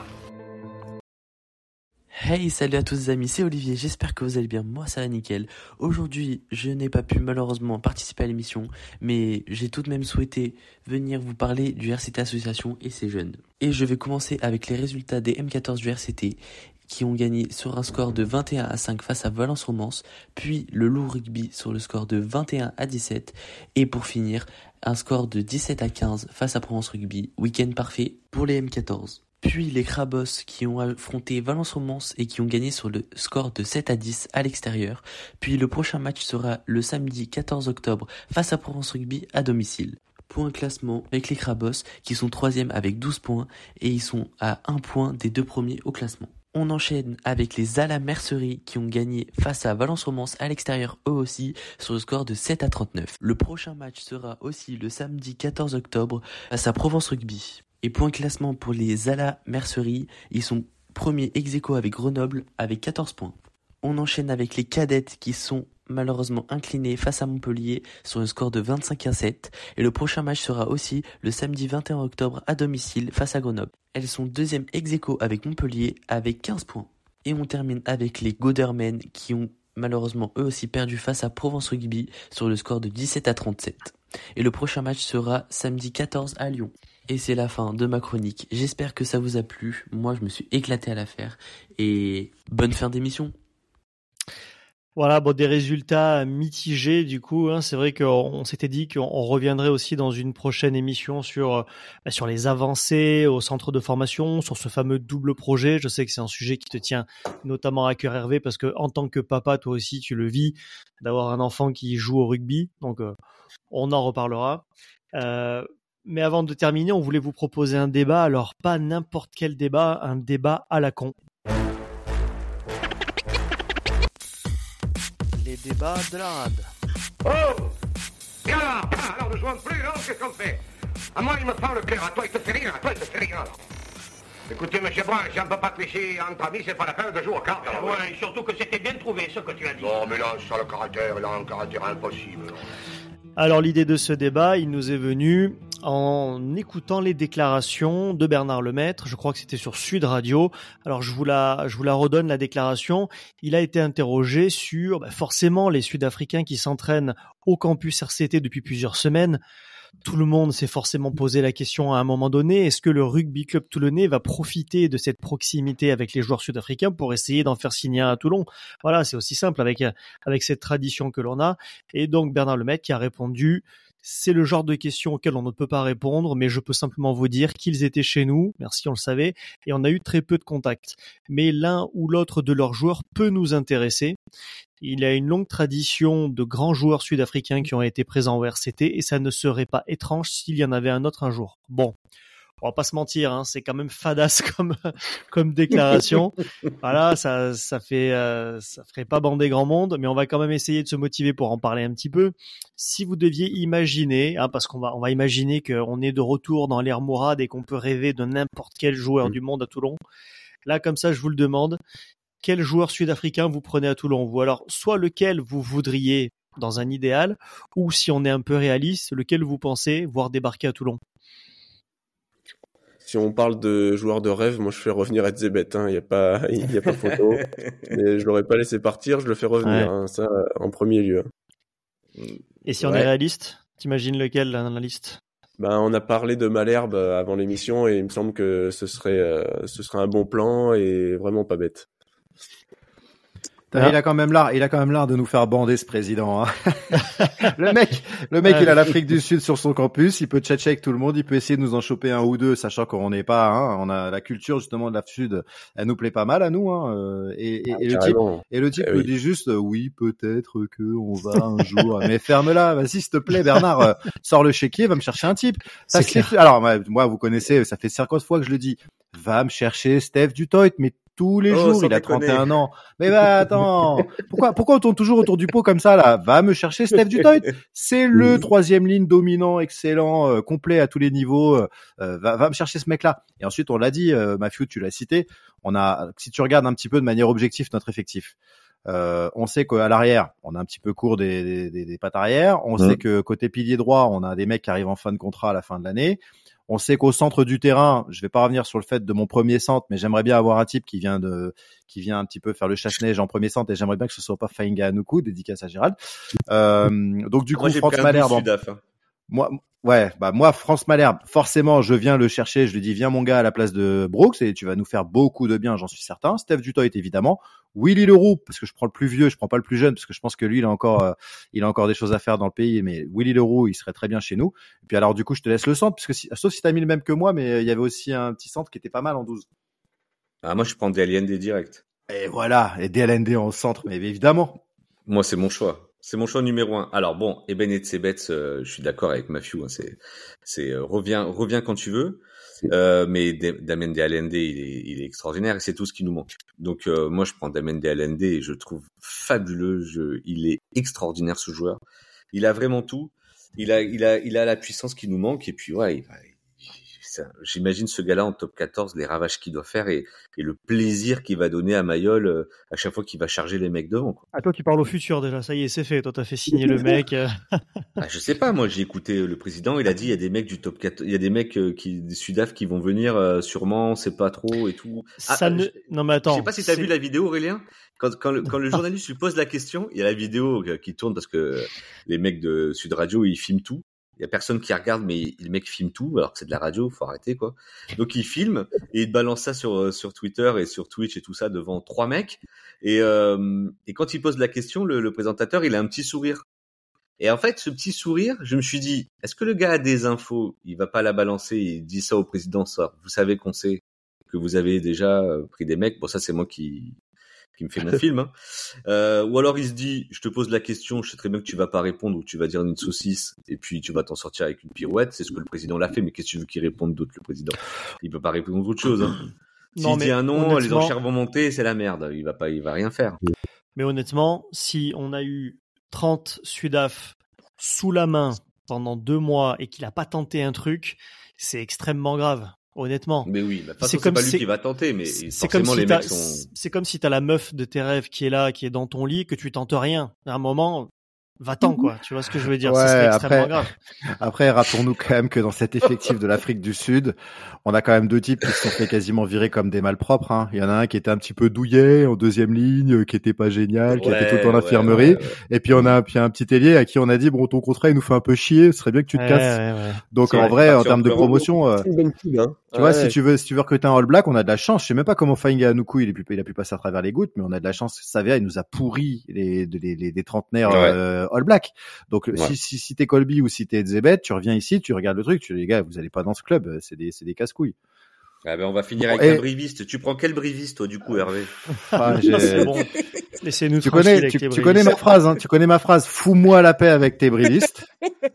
Hey, salut à tous les amis, c'est Olivier, j'espère que vous allez bien, moi ça va nickel. Aujourd'hui, je n'ai pas pu malheureusement participer à l'émission, mais j'ai tout de même souhaité venir vous parler du R C T Association et ses jeunes. Et je vais commencer avec les résultats des M quatorze du R C T, qui ont gagné sur un score de vingt et un à cinq face à Valence-Romance, puis le Loup Rugby sur le score de vingt et un à dix-sept, et pour finir, un score de dix-sept à quinze face à Provence Rugby, week-end parfait pour les M quatorze. Puis les Crabos qui ont affronté Valence-Romance et qui ont gagné sur le score de sept à dix à l'extérieur. Puis le prochain match sera le samedi quatorze octobre face à Provence Rugby à domicile. Point classement avec les Crabos qui sont troisième avec douze points et ils sont à un point des deux premiers au classement. On enchaîne avec les Ala Mercerie qui ont gagné face à Valence-Romance à l'extérieur eux aussi sur le score de sept à trente-neuf. Le prochain match sera aussi le samedi quatorze octobre face à Provence Rugby. Et point classement pour les Ala Mercerie, ils sont premiers ex-aequo avec Grenoble avec quatorze points. On enchaîne avec les Cadettes qui sont malheureusement inclinés face à Montpellier sur un score de vingt-cinq à sept. Et le prochain match sera aussi le samedi vingt et un octobre à domicile face à Grenoble. Elles sont deuxième ex-aequo avec Montpellier avec quinze points. Et on termine avec les Godermen qui ont malheureusement eux aussi perdu face à Provence Rugby sur le score de dix-sept à trente-sept. Et le prochain match sera samedi quatorze à Lyon. Et c'est la fin de ma chronique. J'espère que ça vous a plu. Moi, je me suis éclaté à la faire. Et bonne fin d'émission. Voilà, bon, des résultats mitigés du coup. Hein. C'est vrai qu'on s'était dit qu'on reviendrait aussi dans une prochaine émission sur bah, sur les avancées au centre de formation, sur ce fameux double projet. Je sais que c'est un sujet qui te tient notamment à cœur, Hervé, parce que en tant que papa, toi aussi, tu le vis, d'avoir un enfant qui joue au rugby. Donc, euh, on en reparlera. Euh, mais avant de terminer, on voulait vous proposer un débat. Alors, pas n'importe quel débat, un débat à la con. Les débats de la rade. Oh! Et alors? Alors, ne jouons plus, alors, qu'est-ce qu'on fait? À moi, il me prend le cœur, à toi, il te fait rien, à toi, il te fait rien, alors. Écoutez, monsieur Brun, si on ne peut pas tricher entre amis, c'est pas la peine de jouer aux cartes. Ah ouais, et surtout que c'était bien trouvé, ce que tu as dit. Non, mais là, ça, le caractère, là, un caractère impossible. Alors l'idée de ce débat, il nous est venu en écoutant les déclarations de Bernard Lemaître, je crois que c'était sur Sud Radio. Alors je vous la, je vous la redonne la déclaration. Il a été interrogé sur bah, forcément les Sud-Africains qui s'entraînent au campus R C T depuis plusieurs semaines. Tout le monde s'est forcément posé la question à un moment donné, est-ce que le Rugby Club Toulonnais va profiter de cette proximité avec les joueurs sud-africains pour essayer d'en faire signer un à Toulon? Voilà, c'est aussi simple avec avec cette tradition que l'on a. Et donc Bernard Lemaître qui a répondu, C'est le genre de questions auxquelles on ne peut pas répondre, mais je peux simplement vous dire qu'ils étaient chez nous, merci, on le savait, et on a eu très peu de contacts. Mais l'un ou l'autre de leurs joueurs peut nous intéresser. Il y a une longue tradition de grands joueurs sud-africains qui ont été présents au R C T, et ça ne serait pas étrange s'il y en avait un autre un jour. Bon. On va pas se mentir, hein, c'est quand même fadasse comme comme déclaration. Voilà, ça ça fait euh, ça ferait pas bander grand monde, mais on va quand même essayer de se motiver pour en parler un petit peu. Si vous deviez imaginer, hein, parce qu'on va on va imaginer qu'on est de retour dans l'ère Mourad et qu'on peut rêver de n'importe quel joueur du monde à Toulon. Là, comme ça, je vous le demande, quel joueur sud-africain vous prenez à Toulon? Ou alors, soit lequel vous voudriez dans un idéal, ou si on est un peu réaliste, lequel vous pensez voir débarquer à Toulon? Si on parle de joueurs de rêve, moi je fais revenir Edzebet, il hein, n'y a pas, il y a pas photo. Mais je l'aurais pas laissé partir, je le fais revenir, ouais. hein, ça en premier lieu. Et si on ouais. est réaliste, t'imagines lequel là, dans la liste? Ben on a parlé de Malherbe avant l'émission et il me semble que ce serait, euh, ce serait un bon plan et vraiment pas bête. Ah. Il a quand même l'art, il a quand même l'art de nous faire bander ce président. Hein. le mec, le mec, il a l'Afrique du Sud sur son campus, il peut tchatcher avec tout le monde, il peut essayer de nous en choper un ou deux, sachant qu'on n'est pas, hein, on a la culture justement de l'Afrique du Sud, elle nous plaît pas mal à nous. Hein, et, et, ah, et le type, et le type eh nous oui. dit juste, oui, peut-être que on va un jour. Mais ferme-la, vas-y, s'il te plaît, Bernard, euh, sors le chéquier, va me chercher un type. Ça, c'est Alors moi, vous connaissez, ça fait cinquante fois que je le dis. Va me chercher Steph Dutoit, mais tous les oh, jours, il a trente et un ans. Mais bah attends, pourquoi pourquoi on tourne toujours autour du pot comme ça là? Va me chercher Steph Dutoit. C'est le troisième ligne dominant, excellent, euh, complet à tous les niveaux. Euh, va, va me chercher ce mec-là. Et ensuite, on l'a dit, euh, Mathieu, tu l'as cité. On a, si tu regardes un petit peu de manière objective notre effectif, euh, on sait qu'à l'arrière, on a un petit peu court des, des, des pattes arrière. On mmh. sait que côté pilier droit, on a des mecs qui arrivent en fin de contrat à la fin de l'année. On sait qu'au centre du terrain, je vais pas revenir sur le fait de mon premier centre, mais j'aimerais bien avoir un type qui vient de, qui vient un petit peu faire le chasse-neige en premier centre, et j'aimerais bien que ce soit pas Fainga Anoukou, dédicace à Gérald. Euh, donc du coup, moi, France Malherbe. En... Hein. Moi, ouais, bah moi, France Malherbe, forcément, je viens le chercher, je lui dis viens mon gars à la place de Brooks et tu vas nous faire beaucoup de bien, j'en suis certain. Steph Dutoit évidemment. Willy Leroux, parce que je prends le plus vieux, je prends pas le plus jeune, parce que je pense que lui, il a encore, euh, il a encore des choses à faire dans le pays, mais Willy Leroux, il serait très bien chez nous. Et puis alors, du coup, je te laisse le centre, parce que si, sauf si t'as mis le même que moi, mais il y avait aussi un petit centre qui était pas mal en douze. Ah, moi, je prends D L N D direct. Et voilà, et D L N D en centre, mais évidemment. Moi, c'est mon choix. C'est mon choix numéro un. Alors bon, Eben Etzebeth, euh, je suis d'accord avec Mathieu, hein, c'est, c'est, euh, reviens, reviens quand tu veux. Euh, mais Damien D L N D, il est, il est extraordinaire et c'est tout ce qui nous manque. Donc euh, moi, je prends Damien D L N D et je le trouve fabuleux. Je, il est extraordinaire ce joueur. Il a vraiment tout. Il a, il a, il a la puissance qui nous manque et puis ouais, il va. Ça, j'imagine ce gars-là en top quatorze, les ravages qu'il doit faire et, et le plaisir qu'il va donner à Mayol euh, à chaque fois qu'il va charger les mecs devant. Quoi. Ah, toi, tu parles au futur déjà, ça y est, c'est fait. Toi, t'as fait signer le mec. Ah, je sais pas, moi, j'ai écouté le président, il a dit il y a des mecs du top quatorze, il y a des mecs euh, qui, des Sudaf qui vont venir euh, sûrement, on sait pas trop et tout. Ça ah, ne... je, non, mais attends. Je sais pas si t'as c'est... vu la vidéo, Aurélien. Quand, quand, le, quand le journaliste lui pose la question, il y a la vidéo qui tourne parce que les mecs de Sud Radio, ils filment tout. Il y a personne qui regarde, mais le mec filme tout, alors que c'est de la radio, faut arrêter, quoi. Donc, il filme, et il balance ça sur, sur Twitter et sur Twitch et tout ça devant trois mecs. Et, euh, et quand il pose la question, le, le présentateur, il a un petit sourire. Et en fait, ce petit sourire, je me suis dit, est-ce que le gars a des infos? Il va pas la balancer, il dit ça au président, ça. Vous savez qu'on sait que vous avez déjà pris des mecs. Bon, ça, c'est moi qui, qui me fait mon film, hein. Euh, ou alors il se dit, je te pose la question, je sais très bien que tu vas pas répondre ou tu vas dire une saucisse et puis tu vas t'en sortir avec une pirouette. C'est ce que le président l'a fait, mais qu'est-ce que tu veux qu'il réponde d'autre, le président? Il peut pas répondre autre chose, hein. S'il non, dit un non, les enchères vont monter, c'est la merde. Il va pas, il va rien faire. Mais honnêtement, si on a eu trente Sudaf sous la main pendant deux mois et qu'il a pas tenté un truc, c'est extrêmement grave. Honnêtement. Mais oui, bah, de toute façon, c'est, c'est pas lui c'est... qui va tenter, mais c'est forcément comme si les mecs sont... C'est comme si t'as la meuf de tes rêves qui est là, qui est dans ton lit, que tu tentes rien. À un moment, va-t'en, quoi. Tu vois ce que je veux dire? Ouais, ce serait extrêmement après, grave. Après, rappelons-nous quand même que dans cet effectif de l'Afrique du Sud, on a quand même deux types qui se sont fait quasiment virer comme des malpropres, hein. Il y en a un qui était un petit peu douillet en deuxième ligne, qui était pas génial, qui ouais, était tout le temps en infirmerie. Ouais, ouais, ouais. Et puis on a, puis un petit ailier à qui on a dit, bon, ton contrat, il nous fait un peu chier, ce serait bien que tu te ouais, casses. Ouais, ouais. Donc, c'est en vrai, vrai en termes de promotion, euh, tu ouais. vois, si tu veux, si tu veux recruter un All Black, on a de la chance. Je sais même pas comment Fainga Anoukou, il, il a pu passer à travers les gouttes, mais on a de la chance. Savea, il nous a pourri les, les, les, les trentenaires, ouais. euh, All Black. Donc Ouais. si si si t'es Colby ou si t'es Zebet, tu reviens ici, tu regardes le truc, tu dis les gars, vous allez pas dans ce club, c'est des c'est des casse-couilles. Ah ben on va finir avec Et- un briviste. Tu prends quel briviste toi du coup Hervé? Ah, j'ai- C'est bon. Laissez-nous Tu tranquilles connais, avec tu, les tu brivistes. connais ma phrase, hein, tu connais ma phrase. Fous-moi la paix avec tes brivistes.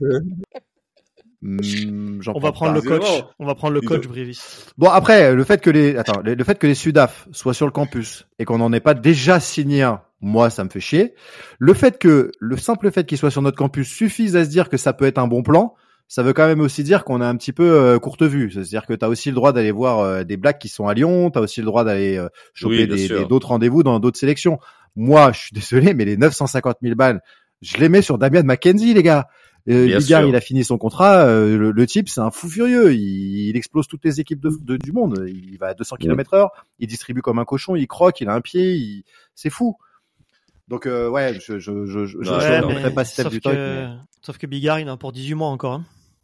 Hmm, j'en On va prends prendre pas. le coach. Évidemment. On va prendre le Ils coach ont- briviste. Bon après, le fait que les, attends, le, le fait que les Sudaf soient sur le campus et qu'on n'en ait pas déjà signé un, moi ça me fait chier. Le fait que, le simple fait qu'ils soient sur notre campus suffise à se dire que ça peut être un bon plan. Ça veut quand même aussi dire qu'on a un petit peu euh, courte vue. C'est-à-dire que tu as aussi le droit d'aller voir euh, des Blacks qui sont à Lyon, tu as aussi le droit d'aller euh, choper Oui, bien des, sûr. des- d'autres rendez-vous dans d'autres sélections. Moi, je suis désolé, mais les neuf cent cinquante mille balles, je les mets sur Damian McKenzie, les gars. Euh, Bien Bigard, sûr. il a fini son contrat. euh, le, le type, c'est un fou furieux. Il, il explose toutes les équipes de, de- du monde. Il va à deux cents kilomètres heure. Il distribue comme un cochon. Il croque. Il a un pied. Il... C'est fou. Donc euh, ouais, je je je je, je, Ouais, je Ouais, ne mais mettrai pas Steph sauf, du que... truc. Mais... sauf que Bigard, il a pour dix-huit mois encore. Hein.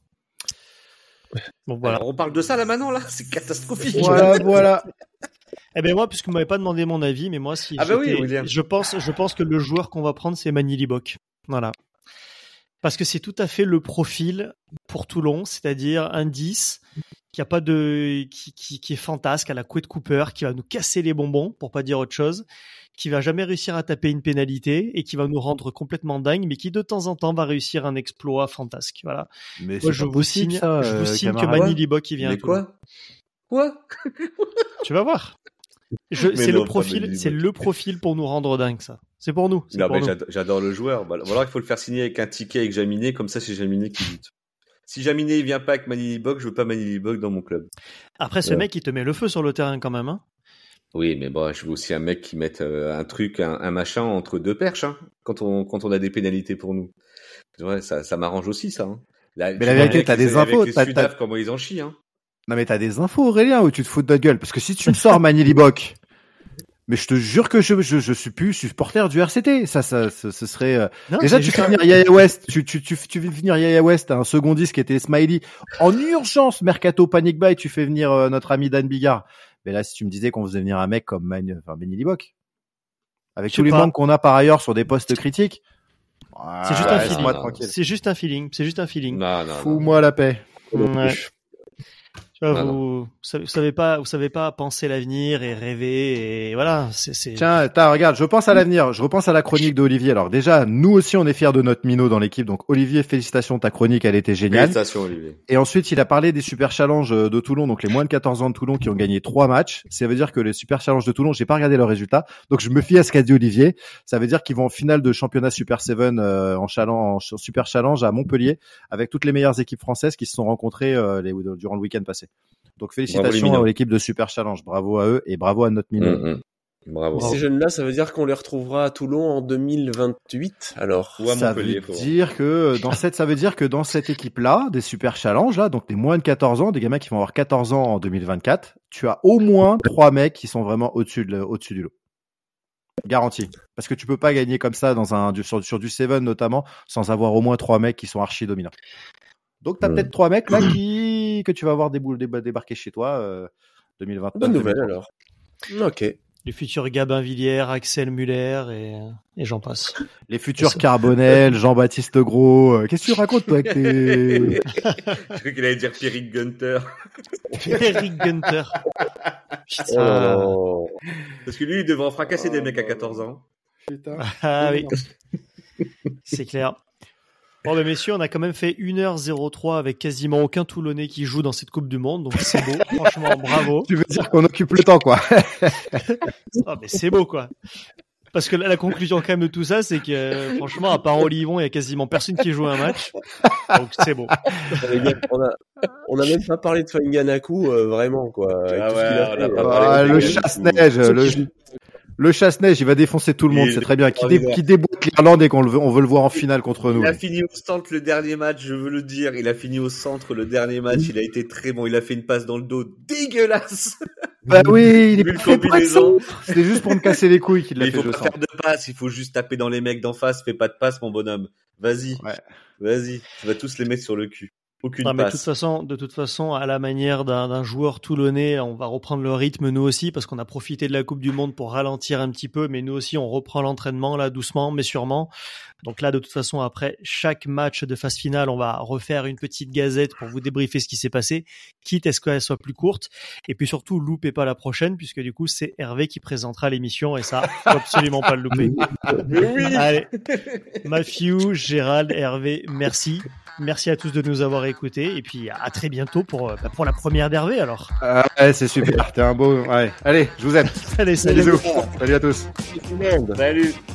Bon voilà. Alors, on parle de ça là maintenant là, c'est catastrophique. Voilà, voilà. Eh ben moi, puisque vous m'avez pas demandé mon avis, mais moi, si Ah bah j'étais- oui, William. je pense, je pense que le joueur qu'on va prendre, c'est Manili Bok. Voilà. Parce que c'est tout à fait le profil pour Toulon, c'est-à-dire un dix qui a pas de, qui, qui, qui est fantasque à la Quade Cooper, qui va nous casser les bonbons, pour pas dire autre chose, qui va jamais réussir à taper une pénalité et qui va nous rendre complètement dingue, mais qui de temps en temps va réussir un exploit fantasque. Voilà. Mais Moi, c'est je pas vous possible, signe, ça, je vous euh, signe que camarade. Manili Bok, il vient à Mais Toulon. quoi? Quoi? Tu vas voir. Je- Mais C'est non, le pas profil, Manili c'est Bok. le profil pour nous rendre dingue, ça. C'est pour nous. C'est Non, pour mais nous. j'ado- j'adore le joueur. Bah, voilà, il faut le faire signer avec un ticket avec Jaminet, comme ça c'est Jaminet qui bute. Si Jaminet il vient pas avec Manili Bok, je veux pas Manili Bok dans mon club. Après, ce Ouais. mec, il te met le feu sur le terrain quand même. Hein. Oui, mais bon, je veux aussi un mec qui mette euh, un truc, un, un machin entre deux perches, hein, quand on quand on a des pénalités pour nous. Ouais, ça, ça m'arrange aussi, ça. Hein. Là, Mais tu la vois vérité, avec t'as les- des infos, Avec les t'as- Sudaf, t'as- comment ils en chient. Hein. Non mais t'as des infos, Aurélien, où tu te fous de notre gueule. Parce que si tu me sors Manili Bok, mais je te jure que je, je, je suis plus supporter du R C T. Ça, ça, ce, ce serait. euh, Non, Déjà, c'est tu juste fais un- venir Yaya West. Tu, tu, tu, tu fais venir Yaya West, un second disque qui était Smiley. En urgence, Mercato Panic Buy, tu fais venir euh, notre ami Dan Bigard. Mais là, si tu me disais qu'on faisait venir un mec comme Man, enfin, Manili Bok, avec Je sais tous les pas. manques qu'on a par ailleurs sur des postes critiques. C'est juste ah, un laisse-moi feeling. tranquille. C'est juste un feeling. C'est juste un feeling. Non, non, non. Fous-moi la paix. Ouais. Tu vois, Non, vous, vous savez, vous savez pas, vous savez pas penser l'avenir et rêver et voilà. C'est, c'est... Tiens, t'as, regarde, je pense à l'avenir, je repense à la chronique d'Olivier. Alors déjà, nous aussi, on est fiers de notre minot dans l'équipe. Donc Olivier, félicitations, ta chronique, elle était géniale. Félicitations, Olivier. Et ensuite, il a parlé des Super Challenges de Toulon, donc les moins de quatorze ans de Toulon qui ont gagné trois matchs. Ça veut dire que les Super Challenges de Toulon, j'ai pas regardé leurs résultats, donc je me fie à ce qu'a dit Olivier. Ça veut dire qu'ils vont en finale de championnat Super sept euh, en, challenge, en Super Challenge à Montpellier, avec toutes les meilleures équipes françaises qui se sont rencontrées euh, les, durant le week-end passé. Donc félicitations Bravo, à l'équipe de Super Challenge, bravo à eux et bravo à notre minot. Hum, hum. Bravo. Ces jeunes-là, ça veut dire qu'on les retrouvera à Toulon en deux mille vingt-huit, alors. Ou à Ça Montpellier, veut faut voir. dire que dans cette, ça veut dire que dans cette équipe-là, des Super Challenge là, donc des moins de quatorze ans, des gamins qui vont avoir quatorze ans en deux mille vingt-quatre, tu as au moins trois mecs qui sont vraiment au-dessus de, au-dessus du lot. Garanti. Parce que tu peux pas gagner comme ça dans un, du- sur, sur du Seven notamment, sans avoir au moins trois mecs qui sont archi dominants. Donc t'as Mm. peut-être trois mecs là qui, que tu vas voir débou- déba- débarquer chez toi, euh, deux mille vingt-neuf. Bonne nouvelle, deux mille trente. alors. Ok. Les futurs Gabin Villiers, Axel Muller et, et j'en passe. Les futurs Carbonel, Jean-Baptiste Gros. euh, Qu'est-ce que tu racontes toi avec tes... Je crois qu'il allait dire Pierrick Gunter. Eric Gunter. Putain. Oh. Parce que lui, il devrait en fracasser des mecs à quatorze ans. Putain. Ah oui. C'est clair. Bon, ben messieurs, on a quand même fait une heure zéro trois avec quasiment aucun Toulonnais qui joue dans cette Coupe du Monde, donc c'est beau. Franchement, bravo. Tu veux dire qu'on occupe le temps, quoi. Ah, mais c'est beau, quoi. Parce que la, la conclusion quand même de tout ça, c'est que euh, franchement, à part Olivon, il y a quasiment personne qui joue un match. Donc c'est beau. Les gars, on a, on a même pas parlé de Fainganaku, euh, vraiment, quoi. Avec Ah tout ce ouais, qu'il a on fait, a pas euh, parlé Ah, de le Fainganaku. chasse-neige, le, le chasse-neige, il va défoncer tout le monde, Il c'est est très bien. Qui, dé, extraordinaire. qui déboîte l'Irlande et qu'on le veut, on veut le voir en finale contre nous. Il a fini au centre le dernier match, je veux le dire. Il a fini au centre le dernier match. Il a été très bon. Il a fait une passe dans le dos dégueulasse. Bah oui, il est Vu le pas fait pour être combinaison. centre. C'était juste pour me casser les couilles qu'il l'a Mais il fait faut jouer pas centre. faire de passe. Il faut juste taper dans les mecs d'en face. Fais pas de passe, mon bonhomme. Vas-y. Ouais. Vas-y. Tu vas tous les mettre sur le cul. Aucune non, mais de passe. toute façon, de toute façon, à la manière d'un, d'un joueur toulonnais, on va reprendre le rythme nous aussi parce qu'on a profité de la Coupe du Monde pour ralentir un petit peu, mais nous aussi on reprend l'entraînement là doucement mais sûrement. Donc là, de toute façon, après chaque match de phase finale, on va refaire une petite gazette pour vous débriefer ce qui s'est passé, quitte à ce qu'elle soit plus courte. Et puis surtout, loupez pas la prochaine puisque du coup, c'est Hervé qui présentera l'émission et ça, faut absolument pas le louper. Oui. Allez, Matthew, Gérald, Hervé, merci. Merci à tous de nous avoir écoutés et puis à très bientôt pour, bah, pour la première d'Hervé alors. Ah, ouais, c'est super. T'es un beau. Ouais. Allez, je vous aime. Allez, salut. Bisous. Salut à tous. Salut.